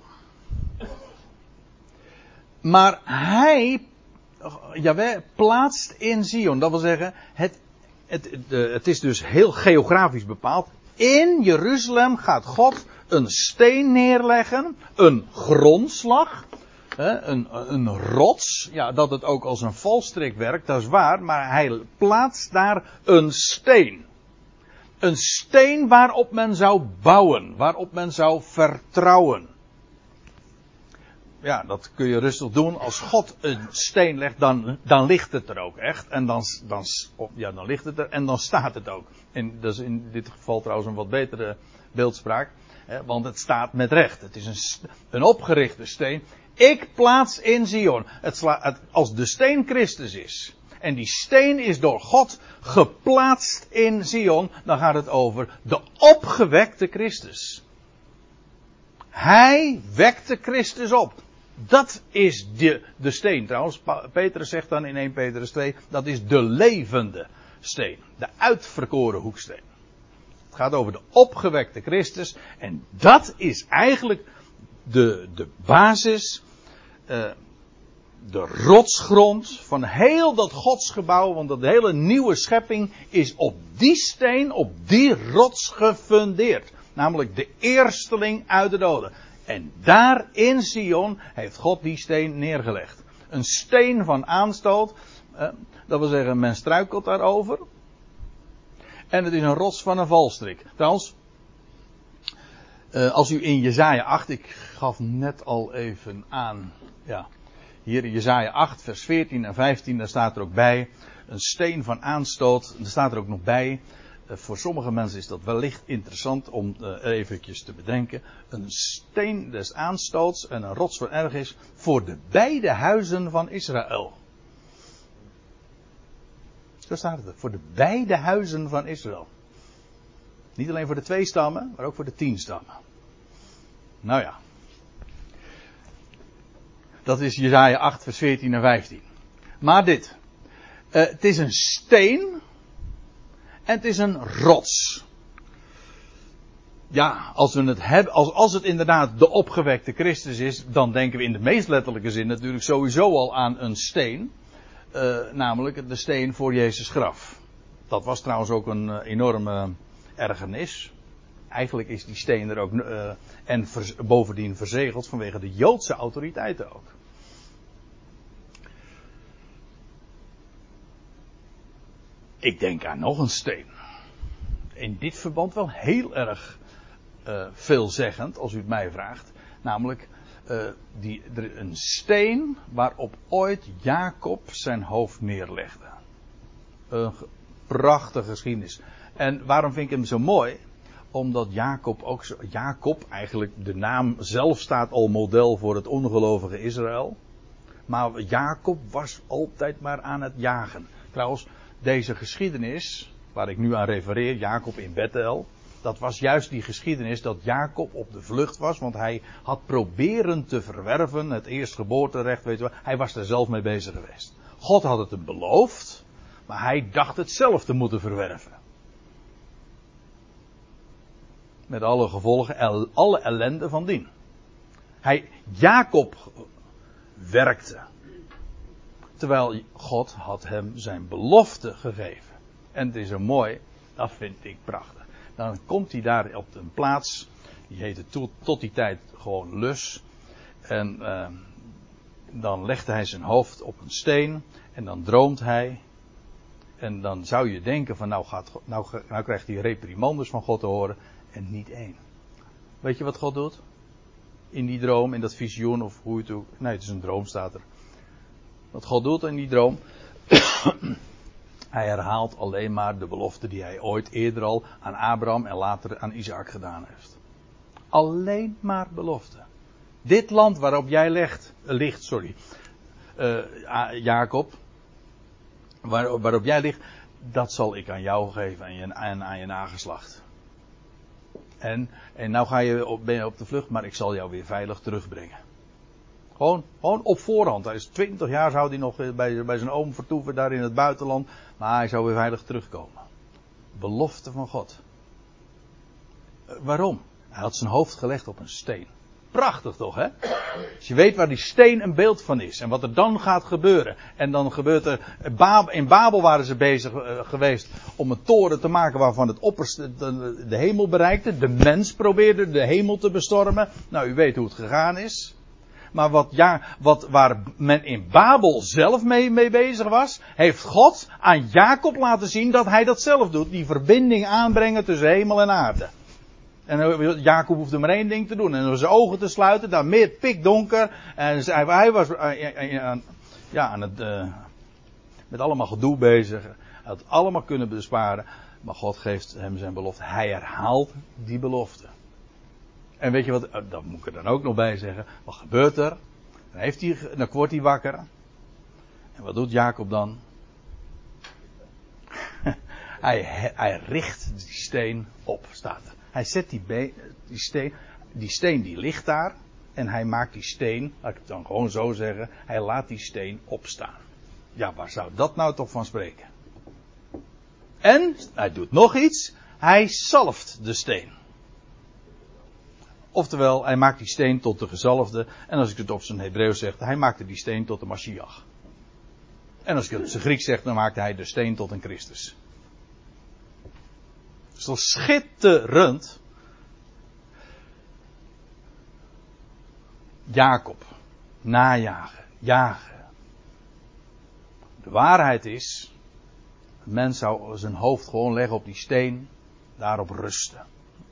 Maar hij, Jahweh, plaatst in Zion. Dat wil zeggen, het, het, het is dus heel geografisch bepaald. In Jeruzalem gaat God een steen neerleggen. Een grondslag. Een, een rots. Ja, dat het ook als een valstrik werkt, dat is waar. Maar hij plaatst daar een steen. Een steen waarop men zou bouwen. Waarop men zou vertrouwen. Ja, dat kun je rustig doen. Als God een steen legt, dan, dan ligt het er ook echt. En dan, dan, ja, dan ligt het er en dan staat het ook. En dat is in dit geval trouwens een wat betere beeldspraak. Hè, want het staat met recht. Het is een, een opgerichte steen. Ik plaats in Zion. Het sla, het, als de steen Christus is. En die steen is door God geplaatst in Zion. Dan gaat het over de opgewekte Christus. Hij wekte Christus op. Dat is de, de steen. Trouwens, Petrus zegt dan in eerste Petrus twee, dat is de levende steen. De uitverkoren hoeksteen. Het gaat over de opgewekte Christus. En dat is eigenlijk de, de basis. Uh, de rotsgrond van heel dat godsgebouw, want dat hele nieuwe schepping is op die steen, op die rots gefundeerd. Namelijk de eersteling uit de doden. En daar in Sion heeft God die steen neergelegd. Een steen van aanstoot, eh, dat wil zeggen men struikelt daarover. En het is een rots van een valstrik. Trouwens, uh, als u in Jesaja acht, ik gaf net al even aan, ja, hier in Jesaja acht, vers veertien en vijftien, daar staat er ook bij, een steen van aanstoot, daar staat er ook nog bij, uh, voor sommige mensen is dat wellicht interessant om uh, eventjes te bedenken, een steen des aanstoots en een rots van ergernis voor de beide huizen van Israël. Zo staat het er. Voor de beide huizen van Israël. Niet alleen voor de twee stammen, maar ook voor de tien stammen. Nou ja. Dat is Jesaja acht, vers veertien en vijftien. Maar dit. Uh, het is een steen. En het is een rots. Ja, als we het hebben, als, als het inderdaad de opgewekte Christus is, dan denken we in de meest letterlijke zin natuurlijk sowieso al aan een steen. Uh, namelijk de steen voor Jezus graf. Dat was trouwens ook een uh, enorme ergernis. Eigenlijk is die steen er ook uh, en vers, bovendien verzegeld vanwege de Joodse autoriteiten ook. Ik denk aan nog een steen. In dit verband wel heel erg uh, veelzeggend, als u het mij vraagt. Namelijk uh, die, er, een steen waarop ooit Jacob zijn hoofd neerlegde. Een prachtige geschiedenis. En waarom vind ik hem zo mooi? Omdat Jacob ook zo, Jacob, eigenlijk de naam zelf staat al model voor het ongelovige Israël. Maar Jacob was altijd maar aan het jagen. Trouwens, deze geschiedenis, waar ik nu aan refereer, Jacob in Bethel, dat was juist die geschiedenis dat Jacob op de vlucht was, want hij had proberen te verwerven, het eerstgeboorterecht, weet je wel, hij was er zelf mee bezig geweest. God had het hem beloofd, maar hij dacht het zelf te moeten verwerven. Met alle gevolgen, alle ellende van dien. Hij, Jacob werkte. Terwijl God had hem zijn belofte gegeven. En het is zo mooi, dat vind ik prachtig. Dan komt hij daar op een plaats, die heette tot, tot die tijd gewoon Lus. En uh, dan legde hij zijn hoofd op een steen en dan droomt hij. En dan zou je denken van nou, gaat, nou, nou krijgt hij reprimandes van God te horen. En niet één. Weet je wat God doet? In die droom, in dat visioen of hoe het ook. Nee, het is een droom staat er. Wat God doet in die droom. Hij herhaalt alleen maar de belofte die hij ooit eerder al aan Abraham en later aan Isaac gedaan heeft. Alleen maar belofte. Dit land waarop jij ligt, ligt sorry, uh, Jacob, waar, waarop jij ligt, dat zal ik aan jou geven en, je, en aan je nageslacht. En, en nou ga je op, ben je op de vlucht, maar ik zal jou weer veilig terugbrengen. Gewoon, gewoon op voorhand. Hij is twintig jaar zou hij nog bij, bij zijn oom vertoeven daar in het buitenland. Maar hij zou weer veilig terugkomen. Belofte van God. Uh, waarom? Hij had zijn hoofd gelegd op een steen. Prachtig toch, hè? Als je weet waar die steen een beeld van is. En wat er dan gaat gebeuren. En dan gebeurt er... In Babel waren ze bezig uh, geweest om een toren te maken waarvan het opperste de, de hemel bereikte. De mens probeerde de hemel te bestormen. Nou, u weet hoe het gegaan is. Maar wat, ja, wat, waar men in Babel zelf mee, mee bezig was, heeft God aan Jacob laten zien dat hij dat zelf doet. Die verbinding aanbrengen tussen hemel en aarde. En Jacob hoefde maar één ding te doen. En zijn ogen te sluiten, daar meer pikdonker. En hij, hij was uh, ja, aan het, uh, met allemaal gedoe bezig. Hij had het allemaal kunnen besparen. Maar God geeft hem zijn belofte. Hij herhaalt die belofte. En weet je wat, dat moet ik er dan ook nog bij zeggen. Wat gebeurt er? Dan, heeft hij, dan wordt hij wakker. En wat doet Jacob dan? hij, hij richt die steen op, staat er. Hij zet die, be- die steen, die steen die ligt daar. En hij maakt die steen, laat ik het dan gewoon zo zeggen. Hij laat die steen opstaan. Ja, waar zou dat nou toch van spreken? En, hij doet nog iets. Hij zalft de steen. Oftewel, hij maakt die steen tot de gezalfde. En als ik het op zijn Hebreeuws zeg, hij maakte die steen tot de Mashiach. En als ik het op zijn Grieks zeg, dan maakte hij de steen tot een Christus. Dat is toch schitterend. Jacob. Najagen. Jagen. De waarheid is, een mens zou zijn hoofd gewoon leggen op die steen, daarop rusten.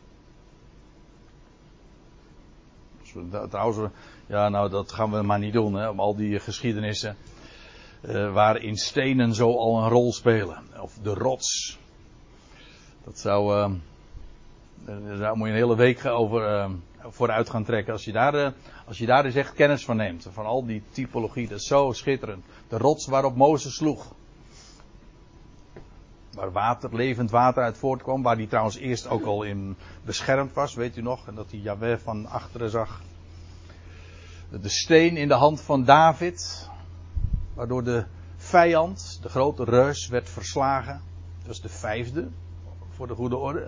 Trouwens, ja, nou, dat gaan we maar niet doen, hè, om al die geschiedenissen uh, waarin stenen zo al een rol spelen. Of de rots. Dat zou, uh, daar moet je een hele week over uh, vooruit gaan trekken. Als je, daar, uh, als je daar eens echt kennis van neemt. Van al die typologie, dat is zo schitterend. De rots waarop Mozes sloeg. Waar water, levend water uit voortkwam. Waar die trouwens eerst ook al in beschermd was, weet u nog. En dat hij Jahweh van achteren zag. De steen in de hand van David. Waardoor de vijand, de grote reus, werd verslagen. Dat was de vijfde. Voor de goede orde.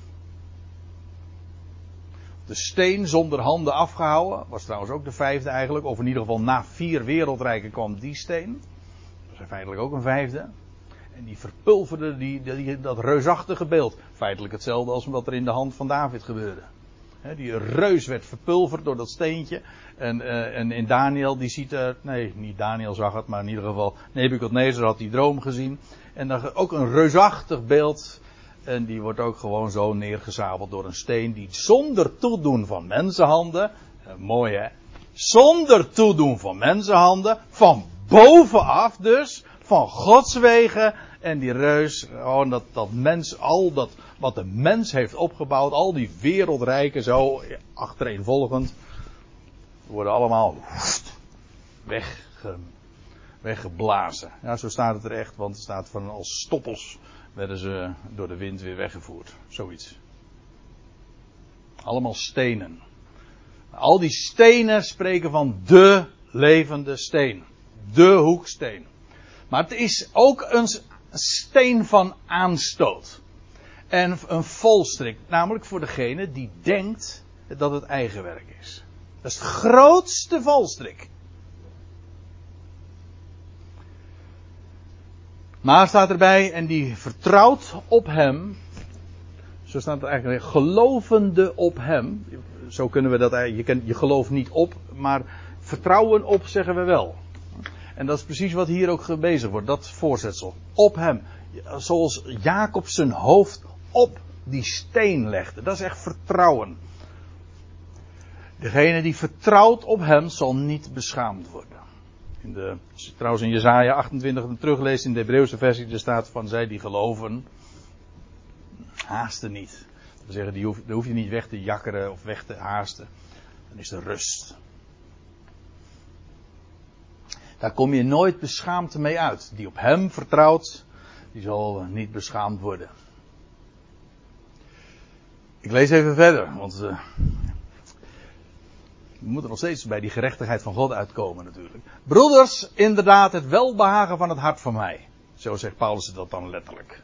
De steen zonder handen afgehouden. Was trouwens ook de vijfde eigenlijk. Of in ieder geval na vier wereldrijken kwam die steen. Dat was feitelijk ook een vijfde. En die verpulverde die, die, dat reusachtige beeld. Feitelijk hetzelfde als wat er in de hand van David gebeurde. He, die reus werd verpulverd door dat steentje. En, uh, en in Daniel, die ziet er... Nee, niet Daniel zag het, maar in ieder geval... Nebukadnezar had die droom gezien. En dan ook een reusachtig beeld. En die wordt ook gewoon zo neergezabeld door een steen. Die zonder toedoen van mensenhanden... Uh, mooi hè. Zonder toedoen van mensenhanden. Van bovenaf dus... Van Gods wegen. En die reus, gewoon dat, dat mens, al dat wat de mens heeft opgebouwd, al die wereldrijken zo achtereenvolgend, worden allemaal wegge, weggeblazen. Ja, zo staat het er echt, want het staat van als stoppels werden ze door de wind weer weggevoerd. Zoiets. Allemaal stenen. Al die stenen spreken van de levende steen. De hoeksteen. Maar het is ook een steen van aanstoot. En een volstrik. Namelijk voor degene die denkt dat het eigen werk is. Dat is het grootste valstrik. Maar staat erbij, en die vertrouwt op hem. Zo staat het eigenlijk, gelovende op hem. Zo kunnen we dat eigenlijk, je, kan, je gelooft niet op, maar vertrouwen op zeggen we wel. En dat is precies wat hier ook bezig wordt, dat voorzetsel. Op hem. Zoals Jacob zijn hoofd op die steen legde. Dat is echt vertrouwen. Degene die vertrouwt op hem zal niet beschaamd worden. In de, als je trouwens in Jesaja achtentwintig terugleest in de Hebreeuwse versie, er staat van zij die geloven, haasten niet. Dat wil zeggen, die hoef, daar hoef je niet weg te jakkeren of weg te haasten. Dan is er rust. Daar kom je nooit beschaamd mee uit. Die op hem vertrouwt, die zal niet beschaamd worden. Ik lees even verder, want uh, we moeten nog steeds bij die gerechtigheid van God uitkomen natuurlijk. Broeders, inderdaad het welbehagen van het hart van mij. Zo zegt Paulus dat dan letterlijk.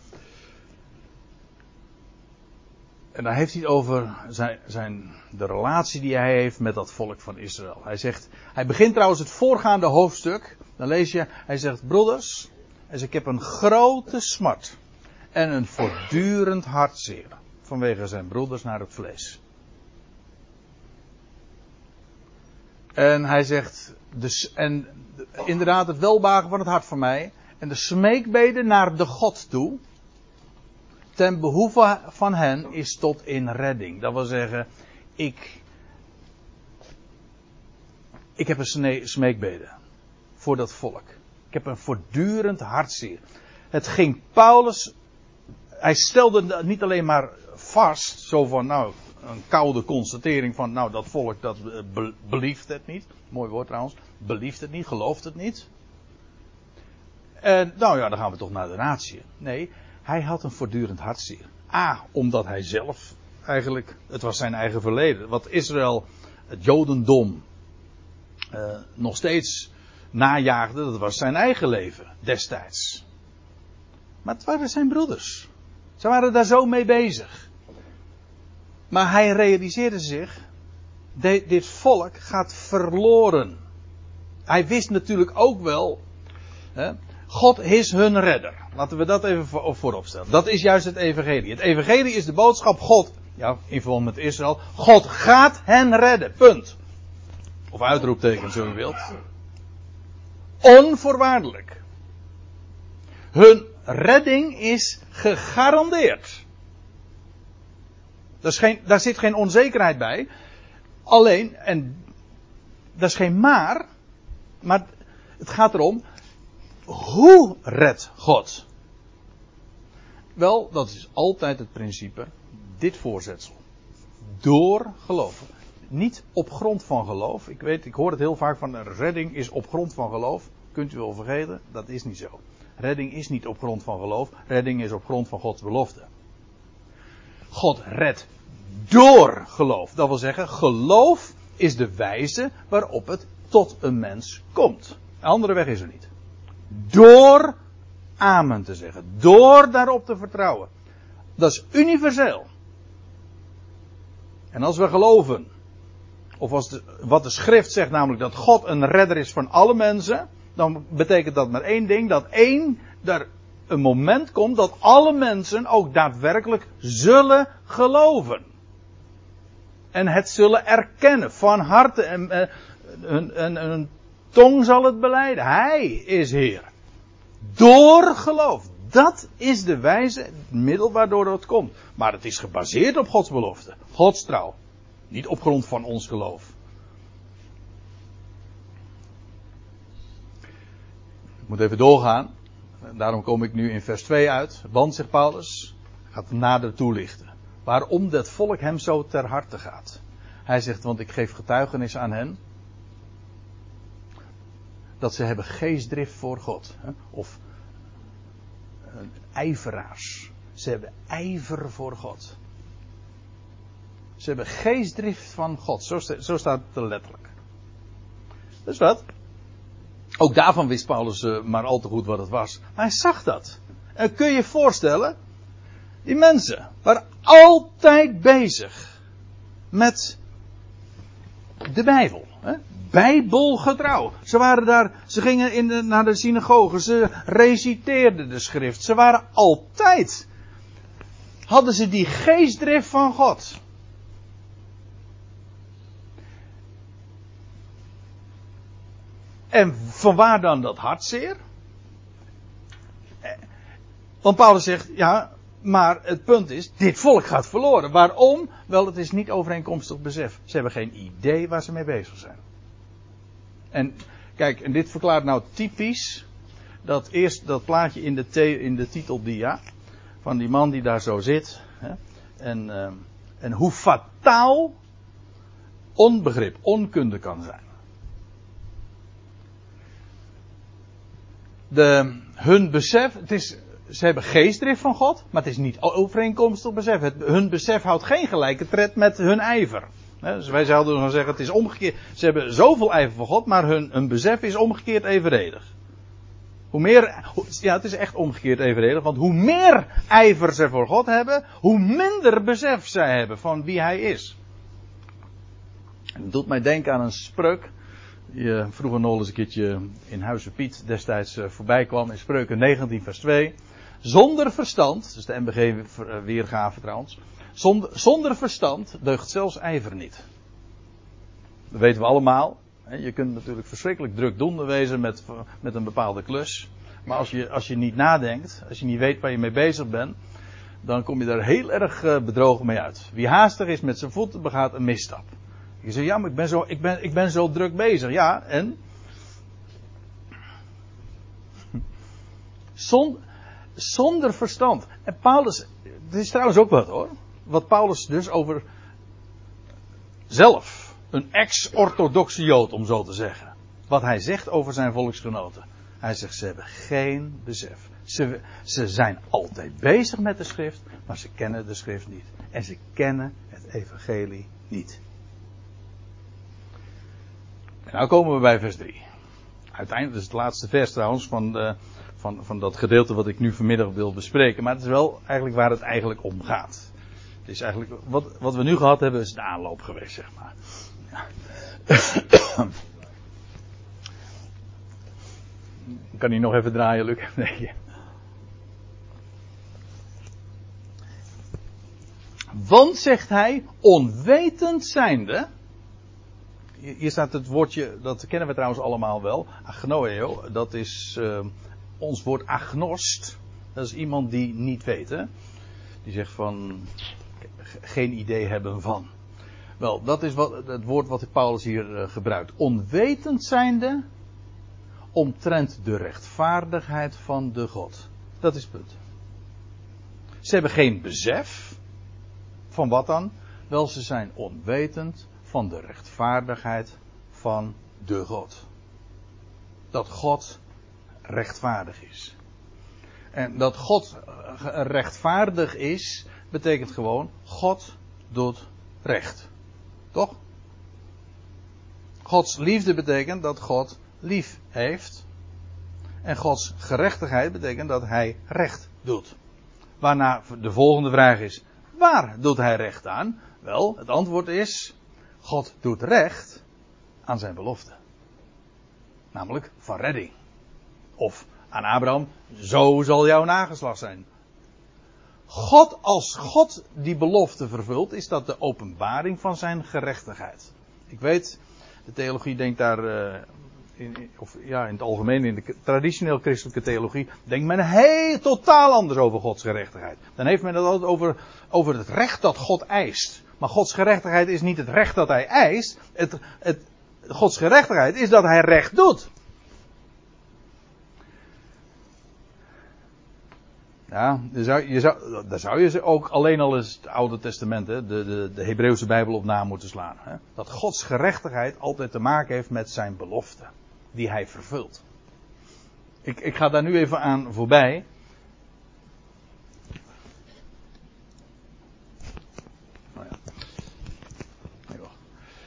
En daar heeft hij het over zijn, zijn, de relatie die hij heeft met dat volk van Israël. Hij zegt, hij begint trouwens het voorgaande hoofdstuk. Dan lees je, hij zegt, broeders, hij zegt, ik heb een grote smart en een voortdurend hartzeer vanwege zijn broeders naar het vlees. En hij zegt, dus, en inderdaad het welbehagen van het hart van mij en de smeekbeden naar de God toe. Ten behoeve van hen is tot in redding. Dat wil zeggen, ik, ik heb een smeekbede voor dat volk. Ik heb een voortdurend hartzeer. Het ging Paulus, hij stelde niet alleen maar vast, zo van nou, een koude constatering van nou dat volk dat be, belieft het niet. Mooi woord trouwens, belieft het niet, gelooft het niet. En nou ja, dan gaan we toch naar de natie. Nee. Hij had een voortdurend hartzeer. A, omdat hij zelf eigenlijk, het was zijn eigen verleden. Wat Israël, het Jodendom, uh, nog steeds najaagde, dat was zijn eigen leven destijds. Maar het waren zijn broeders. Ze waren daar zo mee bezig. Maar hij realiseerde zich, de, dit volk gaat verloren. Hij wist natuurlijk ook wel, hè, God is hun redder. Laten we dat even voor, voorop stellen. Dat is juist het evangelie. Het evangelie is de boodschap God, ja, in verband met Israël, God gaat hen redden. Punt. Of uitroepteken, zo u wilt. Onvoorwaardelijk. Hun redding is gegarandeerd. Daar, is geen, daar zit geen onzekerheid bij. Alleen, en dat is geen maar, maar het gaat erom, hoe redt God? Wel, dat is altijd het principe, dit voorzetsel. Door geloof. Niet op grond van geloof. Ik weet, ik hoor het heel vaak van, redding is op grond van geloof. Kunt u wel vergeten, dat is niet zo. Redding is niet op grond van geloof. Redding is op grond van Gods belofte. God redt door geloof. Dat wil zeggen, geloof is de wijze waarop het tot een mens komt. Een andere weg is er niet. Door amen te zeggen. Door daarop te vertrouwen. Dat is universeel. En als we geloven, of als de, wat de schrift zegt, namelijk dat God een redder is van alle mensen, dan betekent dat maar één ding, dat één, er een moment komt dat alle mensen ook daadwerkelijk zullen geloven. En het zullen erkennen van harte en uh, hun, hun, hun tong zal het belijden. Hij is Heer. Door geloof. Dat is de wijze, het middel waardoor het komt. Maar het is gebaseerd op Gods belofte. Gods trouw. Niet op grond van ons geloof. Ik moet even doorgaan. Daarom kom ik nu in vers twee uit. Want, zegt Paulus, gaat nader toelichten. Waarom dat volk hem zo ter harte gaat. Hij zegt, want ik geef getuigenis aan hen. Dat ze hebben geestdrift voor God. Of uh, ijveraars. Ze hebben ijver voor God. Ze hebben geestdrift van God. Zo, sta, zo staat het letterlijk. Dus wat? Ook daarvan wist Paulus uh, maar al te goed wat het was. Maar hij zag dat. En kun je je voorstellen. Die mensen waren altijd bezig met de Bijbel. Hè? Bijbelgetrouw. Ze waren daar, ze gingen in de, naar de synagoge, ze reciteerden de schrift. Ze waren altijd, hadden ze die geestdrift van God. En vanwaar dan dat hartzeer? Want Paulus zegt, ja, maar het punt is, dit volk gaat verloren. Waarom? Wel, het is niet overeenkomstig besef. Ze hebben geen idee waar ze mee bezig zijn. En kijk, en dit verklaart nou typisch dat eerst dat plaatje in de, te, in de titeldia van die man die daar zo zit. Hè, en, uh, en hoe fataal onbegrip, onkunde kan zijn. De, hun besef, het is, ze hebben geestdrift van God, maar het is niet overeenkomstig besef. Het, hun besef houdt geen gelijke tred met hun ijver. He, dus wij zouden dan zeggen, het is omgekeerd. Ze hebben zoveel ijver voor God, maar hun, hun besef is omgekeerd evenredig. Hoe meer, ja, het is echt omgekeerd evenredig, want hoe meer ijver ze voor God hebben, hoe minder besef zij hebben van wie Hij is. En dat doet mij denken aan een spreuk. Die vroeger nog eens een keertje in Huize Piet destijds uh, voorbij kwam in Spreuken negentien vers twee. Zonder verstand, dat is de M B G weergave trouwens. Zonder, zonder verstand deugt zelfs ijver niet. Dat weten we allemaal. Je kunt natuurlijk verschrikkelijk drukdoende wezen met, met een bepaalde klus. Maar als je, als je niet nadenkt, als je niet weet waar je mee bezig bent, dan kom je daar heel erg uh, bedrogen mee uit. Wie haastig is met zijn voeten begaat een misstap. Je zegt, ja, maar ik ben zo, ik ben, ik ben zo druk bezig. Ja, en? Zonder, zonder verstand. En Paulus, dit is trouwens ook wat hoor. Wat Paulus dus over zelf, een ex-orthodoxe Jood om zo te zeggen. Wat hij zegt over zijn volksgenoten. Hij zegt, ze hebben geen besef. Ze, ze zijn altijd bezig met de schrift, maar ze kennen de schrift niet. En ze kennen het evangelie niet. En nou komen we bij vers drie. Uiteindelijk is het laatste vers trouwens van, de, van, van dat gedeelte wat ik nu vanmiddag wil bespreken. Maar het is wel eigenlijk waar het eigenlijk om gaat. is eigenlijk, wat, wat we nu gehad hebben is de aanloop geweest, zeg maar. Ja. Kan hij nog even draaien, Luc? Nee. Want, zegt hij, onwetend zijnde. Hier staat het woordje, dat kennen we trouwens allemaal wel. Agnoeo, dat is uh, ons woord agnost. Dat is iemand die niet weet, hè. Die zegt van, geen idee hebben van. Wel, dat is wat, het woord wat Paulus hier uh, gebruikt. Onwetend zijnde, omtrent de rechtvaardigheid van de God. Dat is het punt. Ze hebben geen besef. Van wat dan? Wel, ze zijn onwetend van de rechtvaardigheid van de God. Dat God rechtvaardig is. En dat God rechtvaardig is, betekent gewoon, God doet recht. Toch? Gods liefde betekent dat God lief heeft. En Gods gerechtigheid betekent dat hij recht doet. Waarna de volgende vraag is, waar doet hij recht aan? Wel, het antwoord is, God doet recht aan zijn belofte. Namelijk van redding. Of aan Abraham, zo zal jouw nageslacht zijn. God, als God die belofte vervult, is dat de openbaring van zijn gerechtigheid. Ik weet, de theologie denkt daar, uh, in, of ja, in het algemeen, in de traditioneel christelijke theologie, denkt men heel totaal anders over Gods gerechtigheid. Dan heeft men het altijd over, over het recht dat God eist. Maar Gods gerechtigheid is niet het recht dat hij eist. Het, het, Gods gerechtigheid is dat hij recht doet. Ja, daar zou, je zou, daar zou je ook alleen al eens het Oude Testament, hè, de, de, de Hebreeuwse Bijbel op na moeten slaan. Hè. Dat Gods gerechtigheid altijd te maken heeft met zijn belofte. Die hij vervult. Ik, ik ga daar nu even aan voorbij. Nou ja. Nee, wacht.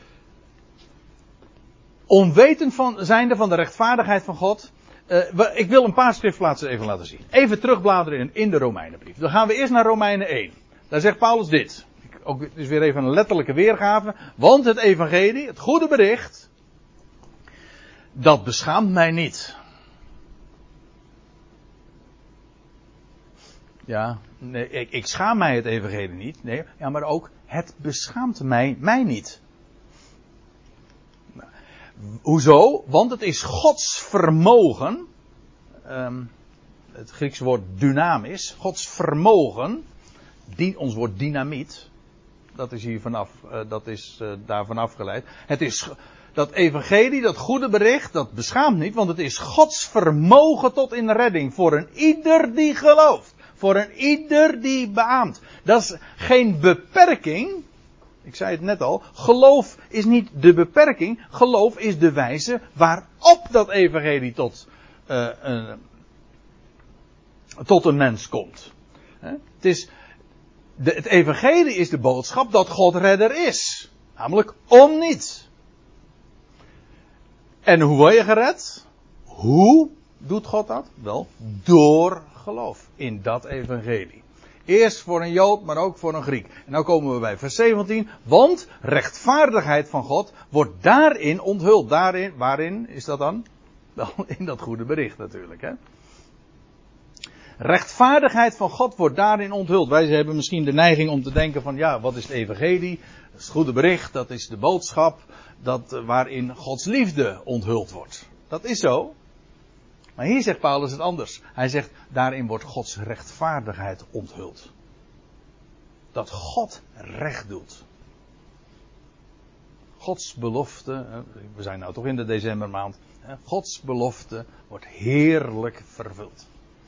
Onwetend van, zijnde van de rechtvaardigheid van God. Uh, ik wil een paar schriftplaatsen even laten zien. Even terugbladeren in, in de Romeinenbrief. Dan gaan we eerst naar Romeinen één. Daar zegt Paulus dit. Ook, het is weer even een letterlijke weergave. Want het evangelie, het goede bericht, dat beschaamt mij niet. Ja, nee, ik, ik schaam mij het evangelie niet. Nee, ja, maar ook het beschaamt mij, mij niet. Hoezo? Want het is Gods vermogen. Um, het Griekse woord dynamis. Gods vermogen. Die, ons woord dynamiet. Dat is hier vanaf. Uh, dat is uh, daarvan afgeleid. Het is dat evangelie, dat goede bericht. Dat beschaamt niet. Want het is Gods vermogen tot in redding. Voor een ieder die gelooft. Voor een ieder die beaamt. Dat is geen beperking. Ik zei het net al, geloof is niet de beperking, geloof is de wijze waarop dat evangelie tot, uh, uh, tot een mens komt. He? Het, is de, het evangelie is de boodschap dat God redder is. Namelijk om niet. En hoe word je gered? Hoe doet God dat? Wel, door geloof in dat evangelie. Eerst voor een Jood, maar ook voor een Griek. En nou komen we bij vers zeventien. Want rechtvaardigheid van God wordt daarin onthuld. Daarin, waarin is dat dan? Wel, in dat goede bericht natuurlijk. Hè? Rechtvaardigheid van God wordt daarin onthuld. Wij hebben misschien de neiging om te denken van, ja, wat is het evangelie? Dat is het goede bericht, dat is de boodschap dat, waarin Gods liefde onthuld wordt. Dat is zo. Maar hier zegt Paulus het anders. Hij zegt, daarin wordt Gods rechtvaardigheid onthuld. Dat God recht doet. Gods belofte, we zijn nou toch in de decembermaand. Gods belofte wordt heerlijk vervuld.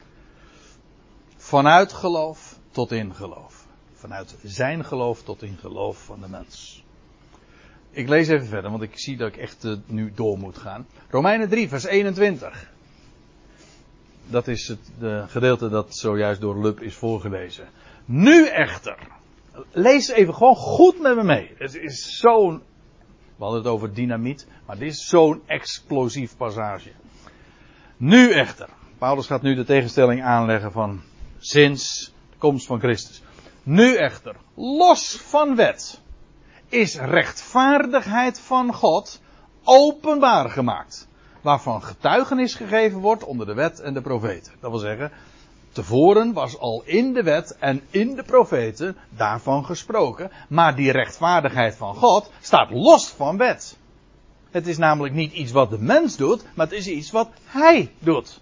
Vanuit geloof tot in geloof. Vanuit zijn geloof tot in geloof van de mens. Ik lees even verder, want ik zie dat ik echt uh, nu door moet gaan. Romeinen drie, vers eenentwintig. Dat is het de gedeelte dat zojuist door Lub is voorgelezen. Nu echter. Lees even gewoon goed met me mee. Het is zo'n... We hadden het over dynamiet. Maar dit is zo'n explosief passage. Nu echter. Paulus gaat nu de tegenstelling aanleggen van sinds de komst van Christus. Nu echter, los van wet, is rechtvaardigheid van God openbaar gemaakt. Waarvan getuigenis gegeven wordt onder de wet en de profeten. Dat wil zeggen, tevoren was al in de wet en in de profeten daarvan gesproken. Maar die rechtvaardigheid van God staat los van wet. Het is namelijk niet iets wat de mens doet, maar het is iets wat hij doet.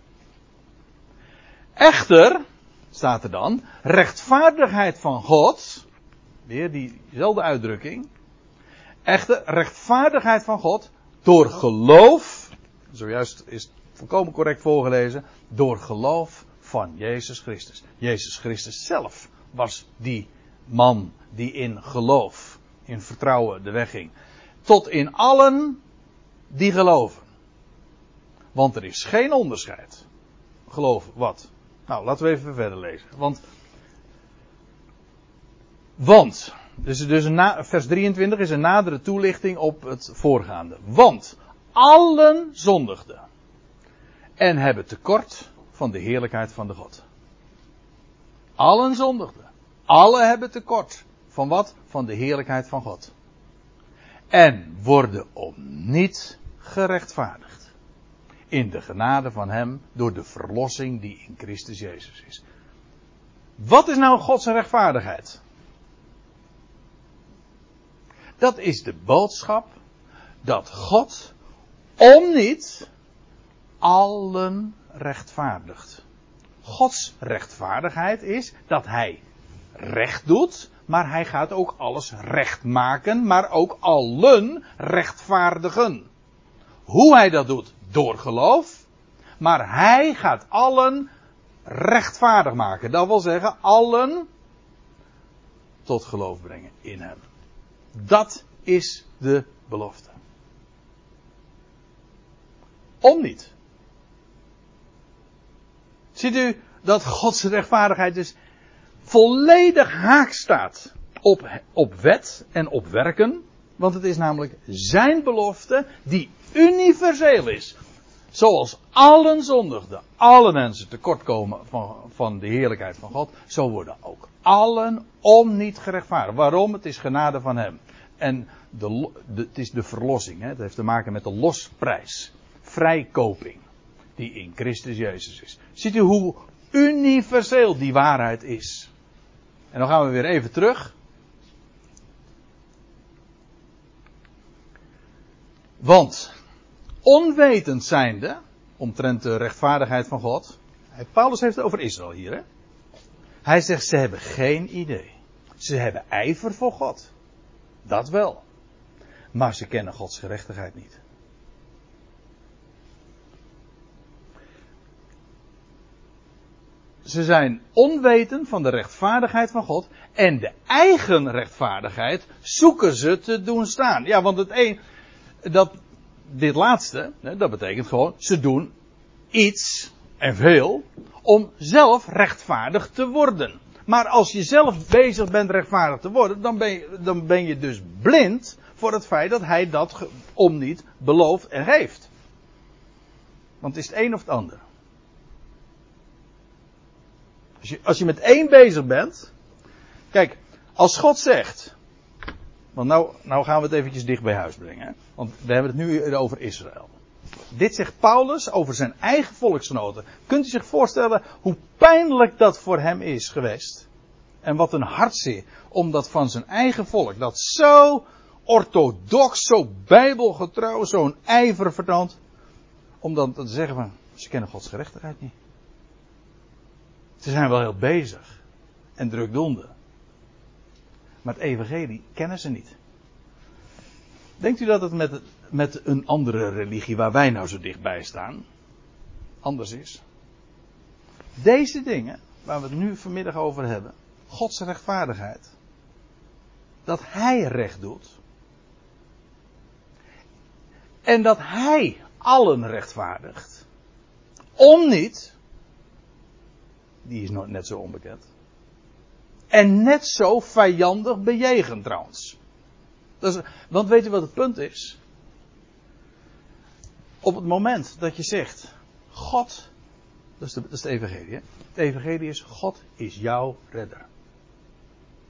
Echter, staat er dan, rechtvaardigheid van God, weer diezelfde uitdrukking. Echter, rechtvaardigheid van God door geloof, zojuist is het volkomen correct voorgelezen, door geloof van Jezus Christus. Jezus Christus zelf was die man die in geloof, in vertrouwen de weg ging. Tot in allen die geloven. Want er is geen onderscheid. Geloof wat? Nou, laten we even verder lezen. Want, want, dus, dus een na, vers drieëntwintig is een nadere toelichting op het voorgaande. Want allen zondigden en hebben tekort van de heerlijkheid van de God. Allen zondigden. Alle hebben tekort. Van wat? Van de heerlijkheid van God. En worden om niet gerechtvaardigd. In de genade van hem door de verlossing die in Christus Jezus is. Wat is nou Gods rechtvaardigheid? Dat is de boodschap dat God om niet allen rechtvaardigt. Gods rechtvaardigheid is dat hij recht doet, maar hij gaat ook alles recht maken, maar ook allen rechtvaardigen. Hoe hij dat doet? Door geloof, maar hij gaat allen rechtvaardig maken. Dat wil zeggen, allen tot geloof brengen in hem. Dat is de belofte. Om niet. Ziet u dat Gods rechtvaardigheid dus volledig haak staat op, op wet en op werken. Want het is namelijk zijn belofte die universeel is. Zoals allen zondigden, alle mensen tekortkomen van, van de heerlijkheid van God. Zo worden ook allen om niet gerechtvaardigd. Waarom? Het is genade van hem. En de, de, het is de verlossing. Hè? Het heeft te maken met de losprijs. Vrijkoping. Die in Christus Jezus is. Ziet u hoe universeel die waarheid is. En dan gaan we weer even terug. Want onwetend zijnde, omtrent de rechtvaardigheid van God. Paulus heeft het over Israël hier. Hè? Hij zegt, ze hebben geen idee. Ze hebben ijver voor God. Dat wel. Maar ze kennen Gods gerechtigheid niet. Ze zijn onwetend van de rechtvaardigheid van God. En de eigen rechtvaardigheid zoeken ze te doen staan. Ja, want het een, dat, dit laatste, dat betekent gewoon, ze doen iets, en veel, om zelf rechtvaardig te worden. Maar als je zelf bezig bent rechtvaardig te worden, dan ben je, dan ben je dus blind voor het feit dat hij dat om niet belooft en geeft. Want het is het een of het ander. Als je, als je met één bezig bent. Kijk, als God zegt. Want nou, nou gaan we het eventjes dicht bij huis brengen. Hè? Want we hebben het nu over Israël. Dit zegt Paulus over zijn eigen volksgenoten. Kunt u zich voorstellen hoe pijnlijk dat voor hem is geweest? En wat een hartzeer. Om dat van zijn eigen volk. Dat zo orthodox, zo bijbelgetrouw, zo'n ijver vertoont. Om dan te zeggen van, ze kennen Gods gerechtigheid niet. Ze zijn wel heel bezig. En drukdoende. Maar het evangelie kennen ze niet. Denkt u dat het met, met een andere religie waar wij nou zo dichtbij staan anders is? Deze dingen waar we het nu vanmiddag over hebben. Gods rechtvaardigheid. Dat hij recht doet. En dat hij allen rechtvaardigt. Om niet. Die is nog net zo onbekend. En net zo vijandig bejegend trouwens. Dat is, want weet u wat het punt is? Op het moment dat je zegt, God, dat is, de, dat is het evangelie. Hè? Het evangelie is, God is jouw redder.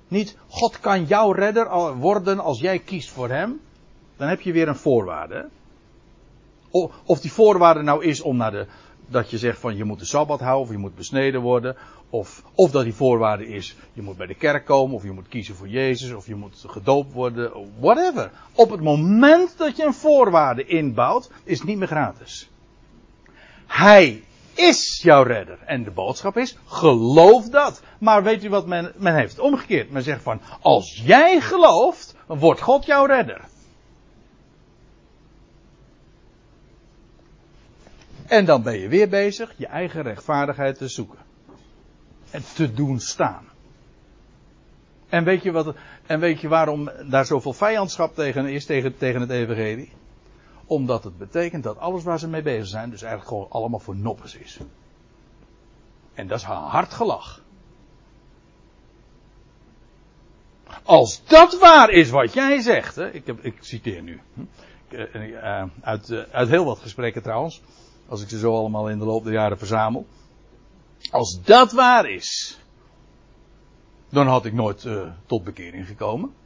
Niet, God kan jouw redder worden als jij kiest voor hem. Dan heb je weer een voorwaarde. Of die voorwaarde nou is om naar de, dat je zegt van je moet de Sabbat houden of je moet besneden worden. Of, of dat die voorwaarde is, je moet bij de kerk komen of je moet kiezen voor Jezus of je moet gedoopt worden. Whatever. Op het moment dat je een voorwaarde inbouwt, is het niet meer gratis. Hij is jouw redder. En de boodschap is, geloof dat. Maar weet u wat men, men heeft omgekeerd? Men zegt van, als jij gelooft, dan wordt God jouw redder. En dan ben je weer bezig je eigen rechtvaardigheid te zoeken. En te doen staan. En weet je, wat, en weet je waarom daar zoveel vijandschap tegen is, tegen, tegen het evangelie? Omdat het betekent dat alles waar ze mee bezig zijn, dus eigenlijk gewoon allemaal voor noppes is. En dat is hard gelach. Als dat waar is wat jij zegt, hè, ik, heb, ik citeer nu, ik, uh, uit, uh, uit heel wat gesprekken trouwens, als ik ze zo allemaal in de loop der jaren verzamel. Als dat waar is, dan had ik nooit uh, tot bekering gekomen.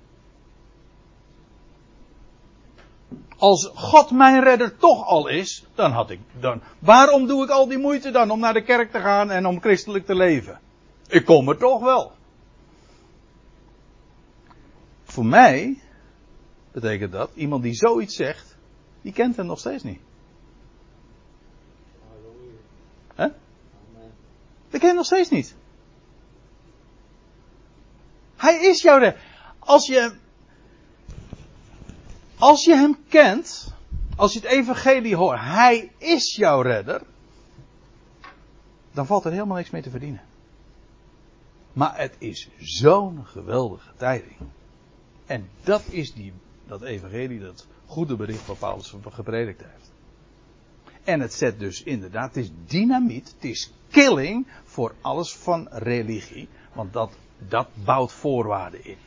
Als God mijn redder toch al is, dan had ik dan. Waarom doe ik al die moeite dan om naar de kerk te gaan en om christelijk te leven? Ik kom er toch wel. Voor mij betekent dat, iemand die zoiets zegt, die kent hem nog steeds niet. Hè? Huh? Die kent hem nog steeds niet. Hij is jouw redder. Als je, als je hem kent, als je het evangelie hoort, hij is jouw redder, dan valt er helemaal niks mee te verdienen. Maar het is zo'n geweldige tijding. En dat is die, dat evangelie, dat goede bericht wat Paulus gepredikt heeft. En het zet dus inderdaad, het is dynamiet, het is killing voor alles van religie. Want dat, dat bouwt voorwaarden in.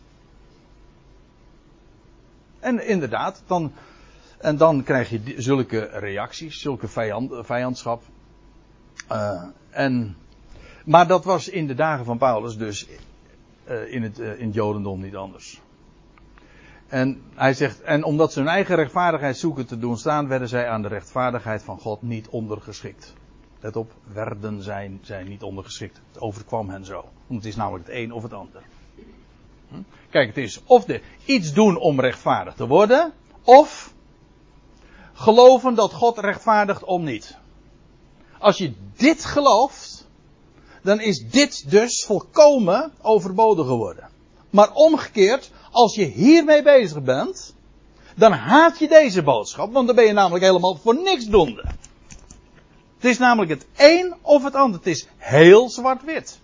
En inderdaad, dan, en dan krijg je die, zulke reacties, zulke vijand, vijandschap. Uh, en, maar dat was in de dagen van Paulus dus uh, in, het, uh, in het Jodendom niet anders. En hij zegt, en omdat ze hun eigen rechtvaardigheid zoeken te doen staan, werden zij aan de rechtvaardigheid van God niet ondergeschikt. Let op, werden zij, zij niet ondergeschikt. Het overkwam hen zo. Want het is namelijk het een of het ander. Hm? Kijk, het is of de, iets doen om rechtvaardig te worden, of geloven dat God rechtvaardigt om niet. Als je dit gelooft, dan is dit dus volkomen overbodig geworden. Maar omgekeerd, als je hiermee bezig bent, dan haat je deze boodschap, want dan ben je namelijk helemaal voor niks doende. Het is namelijk het een of het ander. Het is heel zwart-wit.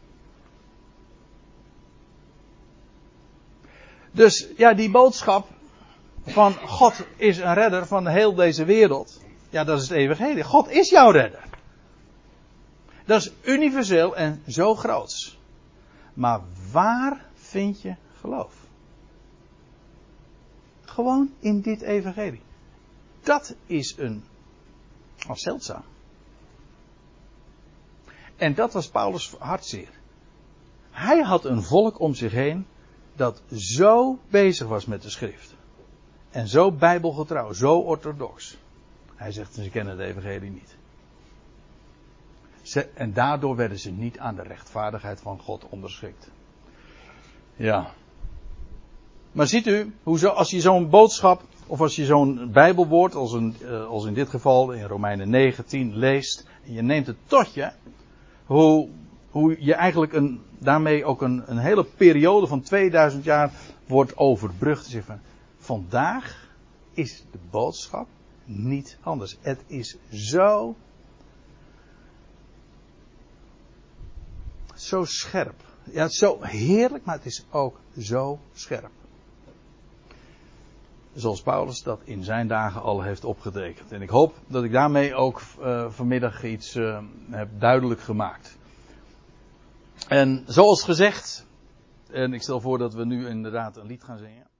Dus ja, die boodschap van God is een redder van heel deze wereld. Ja, dat is het evangelie. God is jouw redder. Dat is universeel en zo groots. Maar waar vind je geloof? Gewoon in dit evangelie. Dat is een oh, zeldzaam. En dat was Paulus' hartzeer. Hij had een volk om zich heen dat zo bezig was met de schrift. En zo bijbelgetrouw, zo orthodox. Hij zegt, ze kennen het evangelie niet. Ze, en daardoor werden ze niet aan de rechtvaardigheid van God onderschikt. Ja. Maar ziet u, hoe zo, als je zo'n boodschap, of als je zo'n bijbelwoord, als, een, uh, als in dit geval in Romeinen negentien leest, en je neemt het tot je, hoe, hoe je eigenlijk een, daarmee ook een, een hele periode van tweeduizend jaar wordt overbrugd. Zeg van, vandaag is de boodschap niet anders. Het is zo, zo scherp. Ja, het is zo heerlijk, maar het is ook zo scherp. Zoals Paulus dat in zijn dagen al heeft opgetekend. En ik hoop dat ik daarmee ook uh, vanmiddag iets uh, heb duidelijk gemaakt. En zoals gezegd, en ik stel voor dat we nu inderdaad een lied gaan zingen.